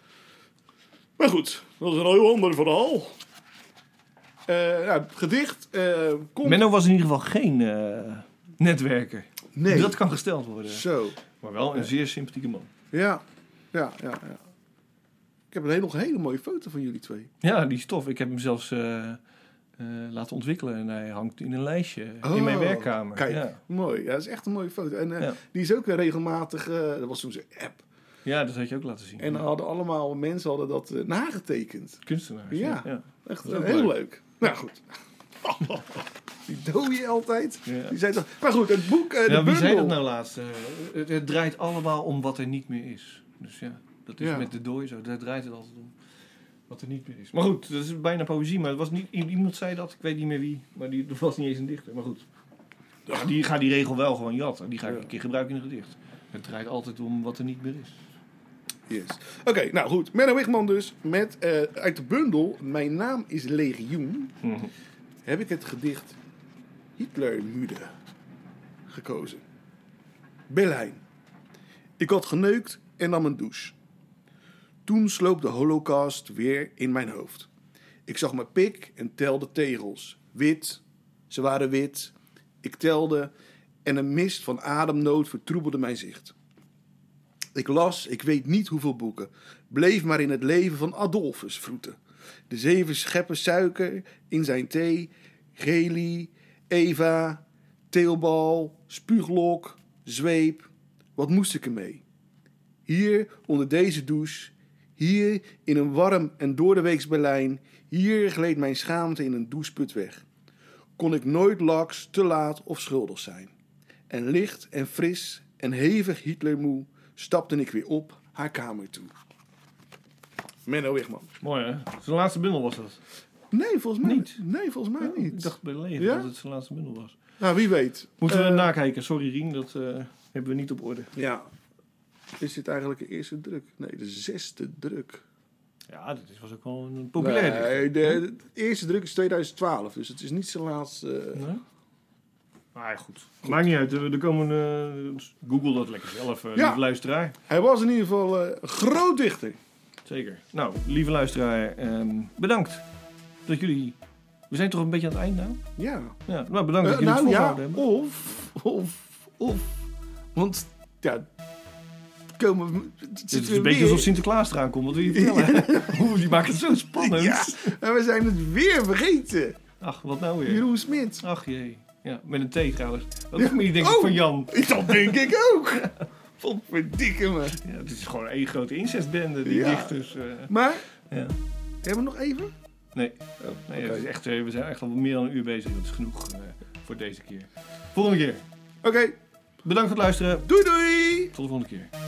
Maar goed, dat is een heel ander verhaal. Uh, ja, het gedicht uh, komt... Menno was in ieder geval geen uh, netwerker. Nee. Dat kan gesteld worden. Zo. Maar wel een ja. zeer sympathieke man. Ja. Ja, ja, ja. Ik heb een hele, nog een hele mooie foto van jullie twee. Ja, die is tof. Ik heb hem zelfs uh, uh, laten ontwikkelen. En hij hangt in een lijstje oh, in mijn werkkamer. Kijk, ja. mooi. Ja, dat is echt een mooie foto. En uh, ja. die is ook regelmatig... Uh, dat was toen zijn app. Ja, dat had je ook laten zien. En dan ja. hadden allemaal mensen hadden dat uh, nagetekend. Kunstenaars. Ja, ja. Echt uh, heel leuk. leuk. Nou goed. Die doe je altijd. Ja. Die zei dat... Maar goed, het boek... Uh, ja, de wie zei dat nou laatst? Uh, het, het draait allemaal om wat er niet meer is. Dus ja, dat is ja. met de dooi zo. Daar draait het altijd om wat er niet meer is. Maar goed, dat is bijna poëzie. Maar het was niet, iemand zei dat, ik weet niet meer wie. Maar die, dat was niet eens een dichter. Maar goed. Ja, die ga die regel wel gewoon jatten. Die ga ik ja. een keer gebruiken in een gedicht. Het draait altijd om wat er niet meer is. Yes. Oké, okay, nou goed. Menno Wigman dus. Met uh, uit de bundel Mijn naam is Legioen. Mm-hmm. Heb ik het gedicht Hitlermude gekozen. Berlijn. Ik had geneukt en nam een douche. Toen sloop de holocaust weer in mijn hoofd. Ik zag mijn pik en telde tegels. Wit, ze waren wit. Ik telde en een mist van ademnood vertroebelde mijn zicht. Ik las, ik weet niet hoeveel boeken. Bleef maar in het leven van Adolphus vroeten. De zeven scheppen suiker in zijn thee. Geli, Eva, teelbal, spuuglok, zweep. Wat moest ik ermee? Hier onder deze douche, hier in een warm en doordeweeks Berlijn, hier gleed mijn schaamte in een doucheput weg. Kon ik nooit laks, te laat of schuldig zijn. En licht en fris en hevig Hitlermoe stapte ik weer op haar kamer toe. Menno Wigman. Mooi hè? Zijn laatste bundel was dat? Nee, volgens mij Niet? Nee, volgens mij Oh, niet. ik dacht bij Leven Ja? dat het zijn laatste bundel was. Nou, wie weet. Moeten we Eh, nakijken. Sorry Rien, dat uh, hebben we niet op orde. Ja. Is dit eigenlijk de eerste druk? Nee, de zesde druk. Ja, dit was ook wel een populair. Nee, de, de eerste druk is tweeduizend twaalf, dus het is niet zijn laatste. Uh... Nee? Maar ja, goed. goed. Maakt niet uit. Er komen, uh, Google dat lekker zelf, uh, Ja. lieve luisteraar. Hij was in ieder geval uh, een groot dichter. Zeker. Nou, lieve luisteraar, um, bedankt dat jullie... We zijn toch een beetje aan het eind nou? Ja. Ja, nou, bedankt dat Uh, jullie nou het ja, volgehouden hebben. of, of, of. Want, ja, komen we... Het is een beetje alsof Sinterklaas eraan komt. Wat wil je vertellen? Oeh, die maakt het zo spannend. Ja, en we zijn het weer vergeten. Ach, wat nou weer? Jeroen Smit. Ach jee. Ja, met een T trouwens. Ook familie denk ik Oh, van Jan. Dat denk ik ook. Verdikke me. Ja, het is gewoon één grote incestbende, die Ja. dichters. Uh, Maar, ja. hebben we nog even? Nee, Oh, nee oké. het is echt, uh, we zijn echt al meer dan een uur bezig. Dat is genoeg uh, voor deze keer. Volgende keer. Oké, Bedankt voor het luisteren. doei doei! Tot de volgende keer.